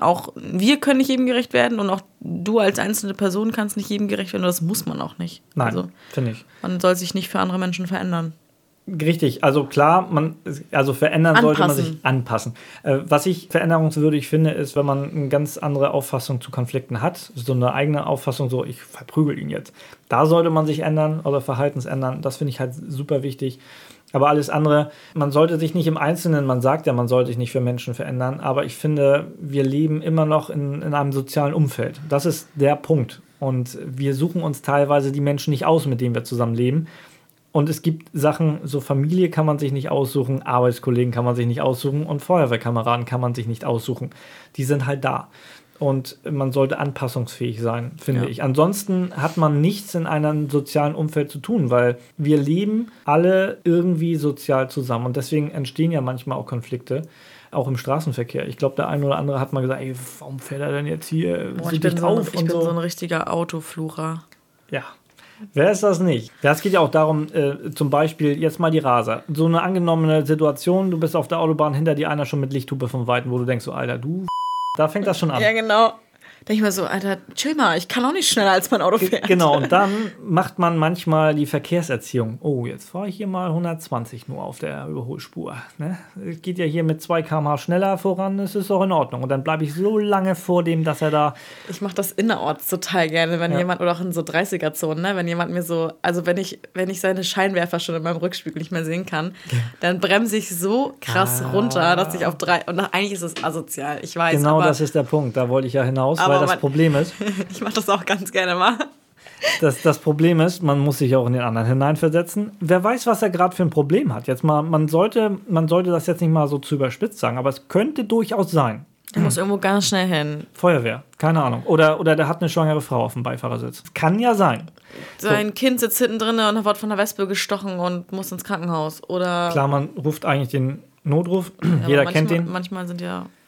[SPEAKER 2] wir können nicht jedem gerecht werden und auch du als einzelne Person kannst nicht jedem gerecht werden und das muss man auch nicht.
[SPEAKER 3] Nein,
[SPEAKER 2] also,
[SPEAKER 3] finde ich.
[SPEAKER 2] Man soll sich nicht für andere Menschen verändern.
[SPEAKER 3] Richtig, also klar, verändern sollte man sich anpassen. Was ich veränderungswürdig finde, ist, wenn man eine ganz andere Auffassung zu Konflikten hat, so eine eigene Auffassung, so ich verprügel ihn jetzt. Da sollte man sich ändern oder Verhaltensändern, das finde ich halt super wichtig. Aber alles andere, man sollte sich nicht im Einzelnen, man sagt ja, man sollte sich nicht für Menschen verändern, aber ich finde, wir leben immer noch in einem sozialen Umfeld. Das ist der Punkt. Und wir suchen uns teilweise die Menschen nicht aus, mit denen wir zusammenleben. Und es gibt Sachen, so Familie kann man sich nicht aussuchen, Arbeitskollegen kann man sich nicht aussuchen und Feuerwehrkameraden kann man sich nicht aussuchen. Die sind halt da. Und man sollte anpassungsfähig sein, finde ich. Ansonsten hat man nichts in einem sozialen Umfeld zu tun, weil wir leben alle irgendwie sozial zusammen. Und deswegen entstehen ja manchmal auch Konflikte, auch im Straßenverkehr. Ich glaube, der eine oder andere hat mal gesagt, ey, warum fährt er denn jetzt hier
[SPEAKER 2] ich bin so ein richtiger Autoflucher.
[SPEAKER 3] Ja. Wer ist das nicht? Das geht ja auch darum, zum Beispiel jetzt mal die Raser. So eine angenommene Situation, du bist auf der Autobahn, hinter dir einer schon mit Lichthupe vom Weiten, wo du denkst, so Alter, da fängt das schon an.
[SPEAKER 2] Ja, genau. Denke ich mir so, Alter, chill mal, ich kann auch nicht schneller als mein Auto fährt.
[SPEAKER 3] Genau, und dann macht man manchmal die Verkehrserziehung. Oh, jetzt fahre ich hier mal 120 nur auf der Überholspur. Ne? Es geht ja hier mit 2 km/h schneller voran, das ist auch in Ordnung. Und dann bleibe ich so lange vor dem, dass er da...
[SPEAKER 2] Ich mache das innerorts total gerne, wenn jemand, oder auch in so 30er-Zonen, ne, wenn jemand mir so, also wenn ich seine Scheinwerfer schon in meinem Rückspiegel nicht mehr sehen kann, dann bremse ich so krass runter, dass ich auf 3, und eigentlich ist es asozial, ich weiß.
[SPEAKER 3] Genau,
[SPEAKER 2] aber
[SPEAKER 3] das ist der Punkt, da wollte ich ja hinaus, weil das Problem ist...
[SPEAKER 2] Ich mache das auch ganz gerne mal.
[SPEAKER 3] Das Problem ist, man muss sich auch in den anderen hineinversetzen. Wer weiß, was er gerade für ein Problem hat. Jetzt mal, man sollte das jetzt nicht mal so zu überspitzt sagen, aber es könnte durchaus sein.
[SPEAKER 2] Der muss irgendwo ganz schnell hin.
[SPEAKER 3] Feuerwehr, keine Ahnung. Oder der hat eine schwangere Frau auf dem Beifahrersitz. Kann ja sein.
[SPEAKER 2] Sein Kind sitzt hinten drin und wird von der Wespe gestochen und muss ins Krankenhaus. Oder
[SPEAKER 3] klar, man ruft eigentlich den Notruf. Jeder kennt den.
[SPEAKER 2] Manchmal sind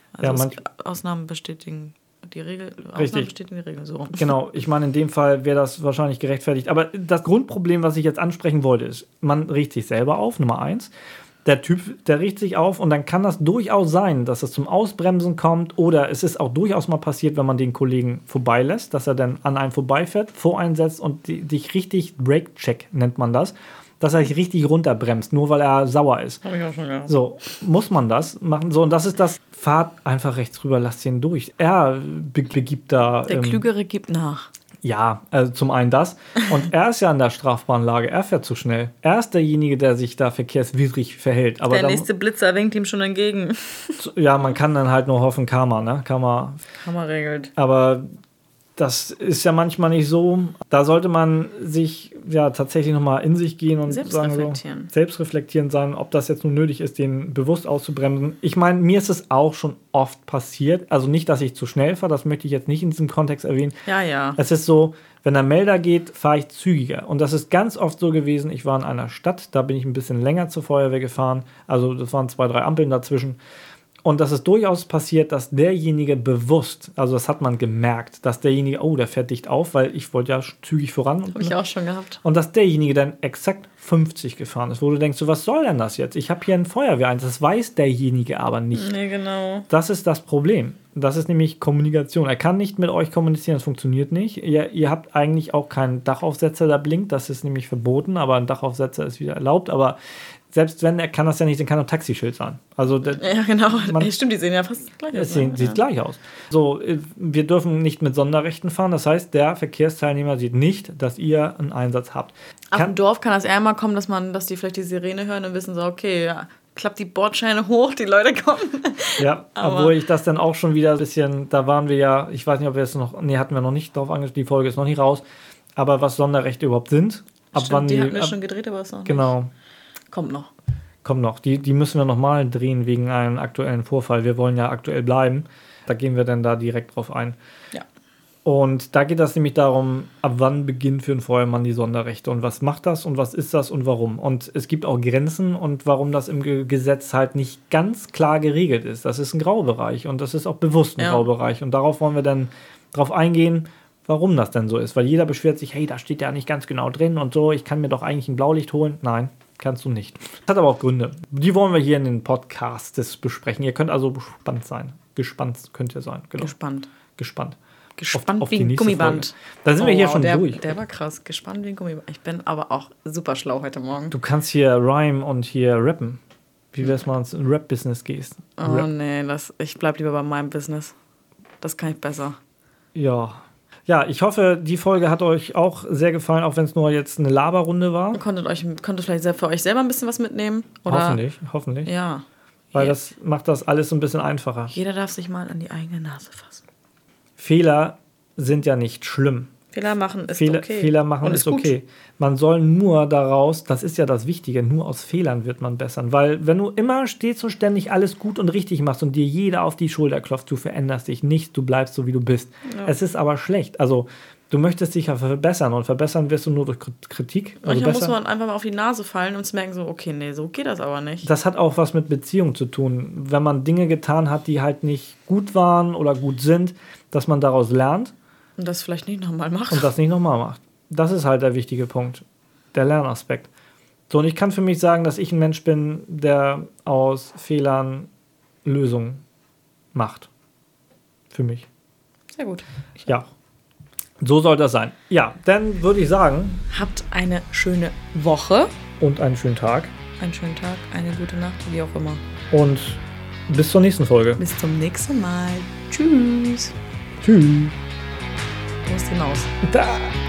[SPEAKER 2] Ausnahmen bestätigen die Regel.
[SPEAKER 3] Richtig.
[SPEAKER 2] Bestätigen die Regel so.
[SPEAKER 3] Genau, ich meine, in dem Fall wäre das wahrscheinlich gerechtfertigt. Aber das Grundproblem, was ich jetzt ansprechen wollte, ist, man riecht sich selber auf, Nummer 1. Der Typ, der riecht sich auf und dann kann das durchaus sein, dass es zum Ausbremsen kommt oder es ist auch durchaus mal passiert, wenn man den Kollegen vorbeilässt, dass er dann an einem vorbeifährt, voreinsetzt und dich richtig Brake-Check nennt man das, dass er sich richtig runterbremst, nur weil er sauer ist.
[SPEAKER 2] Habe ich auch schon gehabt.
[SPEAKER 3] So, muss man das machen? So, und das ist das, fahrt einfach rechts rüber, lasst ihn durch. Er begibt da...
[SPEAKER 2] Der Klügere gibt nach.
[SPEAKER 3] Ja, also zum einen das. Und er ist ja in der Strafbahnlage. Er fährt zu schnell. Er ist derjenige, der sich da verkehrswidrig verhält. Aber
[SPEAKER 2] der nächste Blitzer winkt ihm schon entgegen.
[SPEAKER 3] Ja, man kann dann halt nur hoffen, Karma, ne? Karma
[SPEAKER 2] regelt.
[SPEAKER 3] Aber das ist ja manchmal nicht so. Da sollte man sich ja tatsächlich nochmal in sich gehen und selbstreflektierend sein, ob das jetzt nun nötig ist, den bewusst auszubremsen. Ich meine, mir ist es auch schon oft passiert. Also nicht, dass ich zu schnell fahre, das möchte ich jetzt nicht in diesem Kontext erwähnen.
[SPEAKER 2] Ja.
[SPEAKER 3] Es ist so, wenn der Melder geht, fahre ich zügiger. Und das ist ganz oft so gewesen, ich war in einer Stadt, da bin ich ein bisschen länger zur Feuerwehr gefahren. Also das waren 2, 3 Ampeln dazwischen. Und das ist durchaus passiert, dass derjenige bewusst, also das hat man gemerkt, dass derjenige, oh, der fährt dicht auf, weil ich wollte ja zügig voran.
[SPEAKER 2] Habe ich auch schon gehabt.
[SPEAKER 3] Und dass derjenige dann exakt 50 gefahren ist, wo du denkst, so, was soll denn das jetzt? Ich habe hier einen Feuerwehreinsatz, das weiß derjenige aber nicht.
[SPEAKER 2] Nee, genau.
[SPEAKER 3] Das ist das Problem. Das ist nämlich Kommunikation. Er kann nicht mit euch kommunizieren, das funktioniert nicht. Ihr habt eigentlich auch keinen Dachaufsetzer, der blinkt, das ist nämlich verboten, aber ein Dachaufsetzer ist wieder erlaubt, aber selbst wenn, er kann das ja nicht, dann kann ein Taxischild sein. Also
[SPEAKER 2] ja, genau. Stimmt, die sehen ja fast gleich aus.
[SPEAKER 3] Sieht gleich aus. So, wir dürfen nicht mit Sonderrechten fahren. Das heißt, der Verkehrsteilnehmer sieht nicht, dass ihr einen Einsatz habt.
[SPEAKER 2] Auf dem Dorf kann das eher mal kommen, dass die vielleicht die Sirene hören und wissen so, okay, ja, klappt die Bordscheine hoch, die Leute kommen.
[SPEAKER 3] Ja, obwohl ich das dann auch schon wieder ein bisschen, da waren wir ja, ich weiß nicht, ob wir es noch, hatten wir noch nicht drauf angesprochen, die Folge ist noch nicht raus, aber was Sonderrechte überhaupt sind.
[SPEAKER 2] Stimmt, die hatten wir schon gedreht, aber es noch
[SPEAKER 3] genau.
[SPEAKER 2] Nicht. Kommt noch.
[SPEAKER 3] Die müssen wir nochmal drehen wegen einem aktuellen Vorfall. Wir wollen ja aktuell bleiben. Da gehen wir dann da direkt drauf ein.
[SPEAKER 2] Ja.
[SPEAKER 3] Und da geht das nämlich darum, ab wann beginnt für einen Feuerwehrmann die Sonderrechte und was macht das und was ist das und warum. Und es gibt auch Grenzen und warum das im Gesetz halt nicht ganz klar geregelt ist. Das ist ein Graubereich und das ist auch bewusst ein Graubereich. Und darauf wollen wir dann drauf eingehen, warum das denn so ist. Weil jeder beschwert sich, hey, da steht ja nicht ganz genau drin und so, ich kann mir doch eigentlich ein Blaulicht holen. Nein. Kannst du nicht. Das hat aber auch Gründe. Die wollen wir hier in den Podcasts besprechen. Ihr könnt also gespannt sein. Gespannt könnt ihr sein. Genau. Gespannt
[SPEAKER 2] wie ein Gummiband.
[SPEAKER 3] Folge. Da sind wir hier schon durch.
[SPEAKER 2] Der war krass. Gespannt wie ein Gummiband. Ich bin aber auch super schlau heute Morgen.
[SPEAKER 3] Du kannst hier rhyme und hier rappen. Wie wär's mal ins Rap-Business gehst?
[SPEAKER 2] Nee, ich bleib lieber bei meinem Business. Das kann ich besser.
[SPEAKER 3] Ja, ich hoffe, die Folge hat euch auch sehr gefallen, auch wenn es nur jetzt eine Laberrunde war.
[SPEAKER 2] Konntet vielleicht für euch selber ein bisschen was mitnehmen? Oder?
[SPEAKER 3] Hoffentlich.
[SPEAKER 2] Ja.
[SPEAKER 3] Weil das macht das alles so ein bisschen einfacher.
[SPEAKER 2] Jeder darf sich mal an die eigene Nase fassen.
[SPEAKER 3] Fehler sind ja nicht schlimm.
[SPEAKER 2] Fehler machen ist okay.
[SPEAKER 3] Fehler machen ist okay. Man soll nur daraus, das ist ja das Wichtige, nur aus Fehlern wird man bessern. Weil wenn du immer stets und ständig alles gut und richtig machst und dir jeder auf die Schulter klopft, du veränderst dich nicht, du bleibst so, wie du bist. Ja. Es ist aber schlecht. Also du möchtest dich ja verbessern und verbessern wirst du nur durch Kritik.
[SPEAKER 2] Manchmal muss man einfach mal auf die Nase fallen und zu merken so, okay, nee, so geht das aber nicht.
[SPEAKER 3] Das hat auch was mit Beziehung zu tun. Wenn man Dinge getan hat, die halt nicht gut waren oder gut sind, dass man daraus lernt.
[SPEAKER 2] Und das vielleicht nicht nochmal macht.
[SPEAKER 3] Und das nicht nochmal macht. Das ist halt der wichtige Punkt, der Lernaspekt. So, und ich kann für mich sagen, dass ich ein Mensch bin, der aus Fehlern Lösungen macht. Für mich.
[SPEAKER 2] Sehr gut.
[SPEAKER 3] Ja. So soll das sein. Ja, dann würde ich sagen.
[SPEAKER 2] Habt eine schöne Woche.
[SPEAKER 3] Und einen schönen Tag.
[SPEAKER 2] Einen schönen Tag, eine gute Nacht, wie auch immer.
[SPEAKER 3] Und bis zur nächsten Folge.
[SPEAKER 2] Bis zum nächsten Mal. Tschüss.
[SPEAKER 3] Tschüss.
[SPEAKER 2] Wo ist die Maus?
[SPEAKER 3] Da.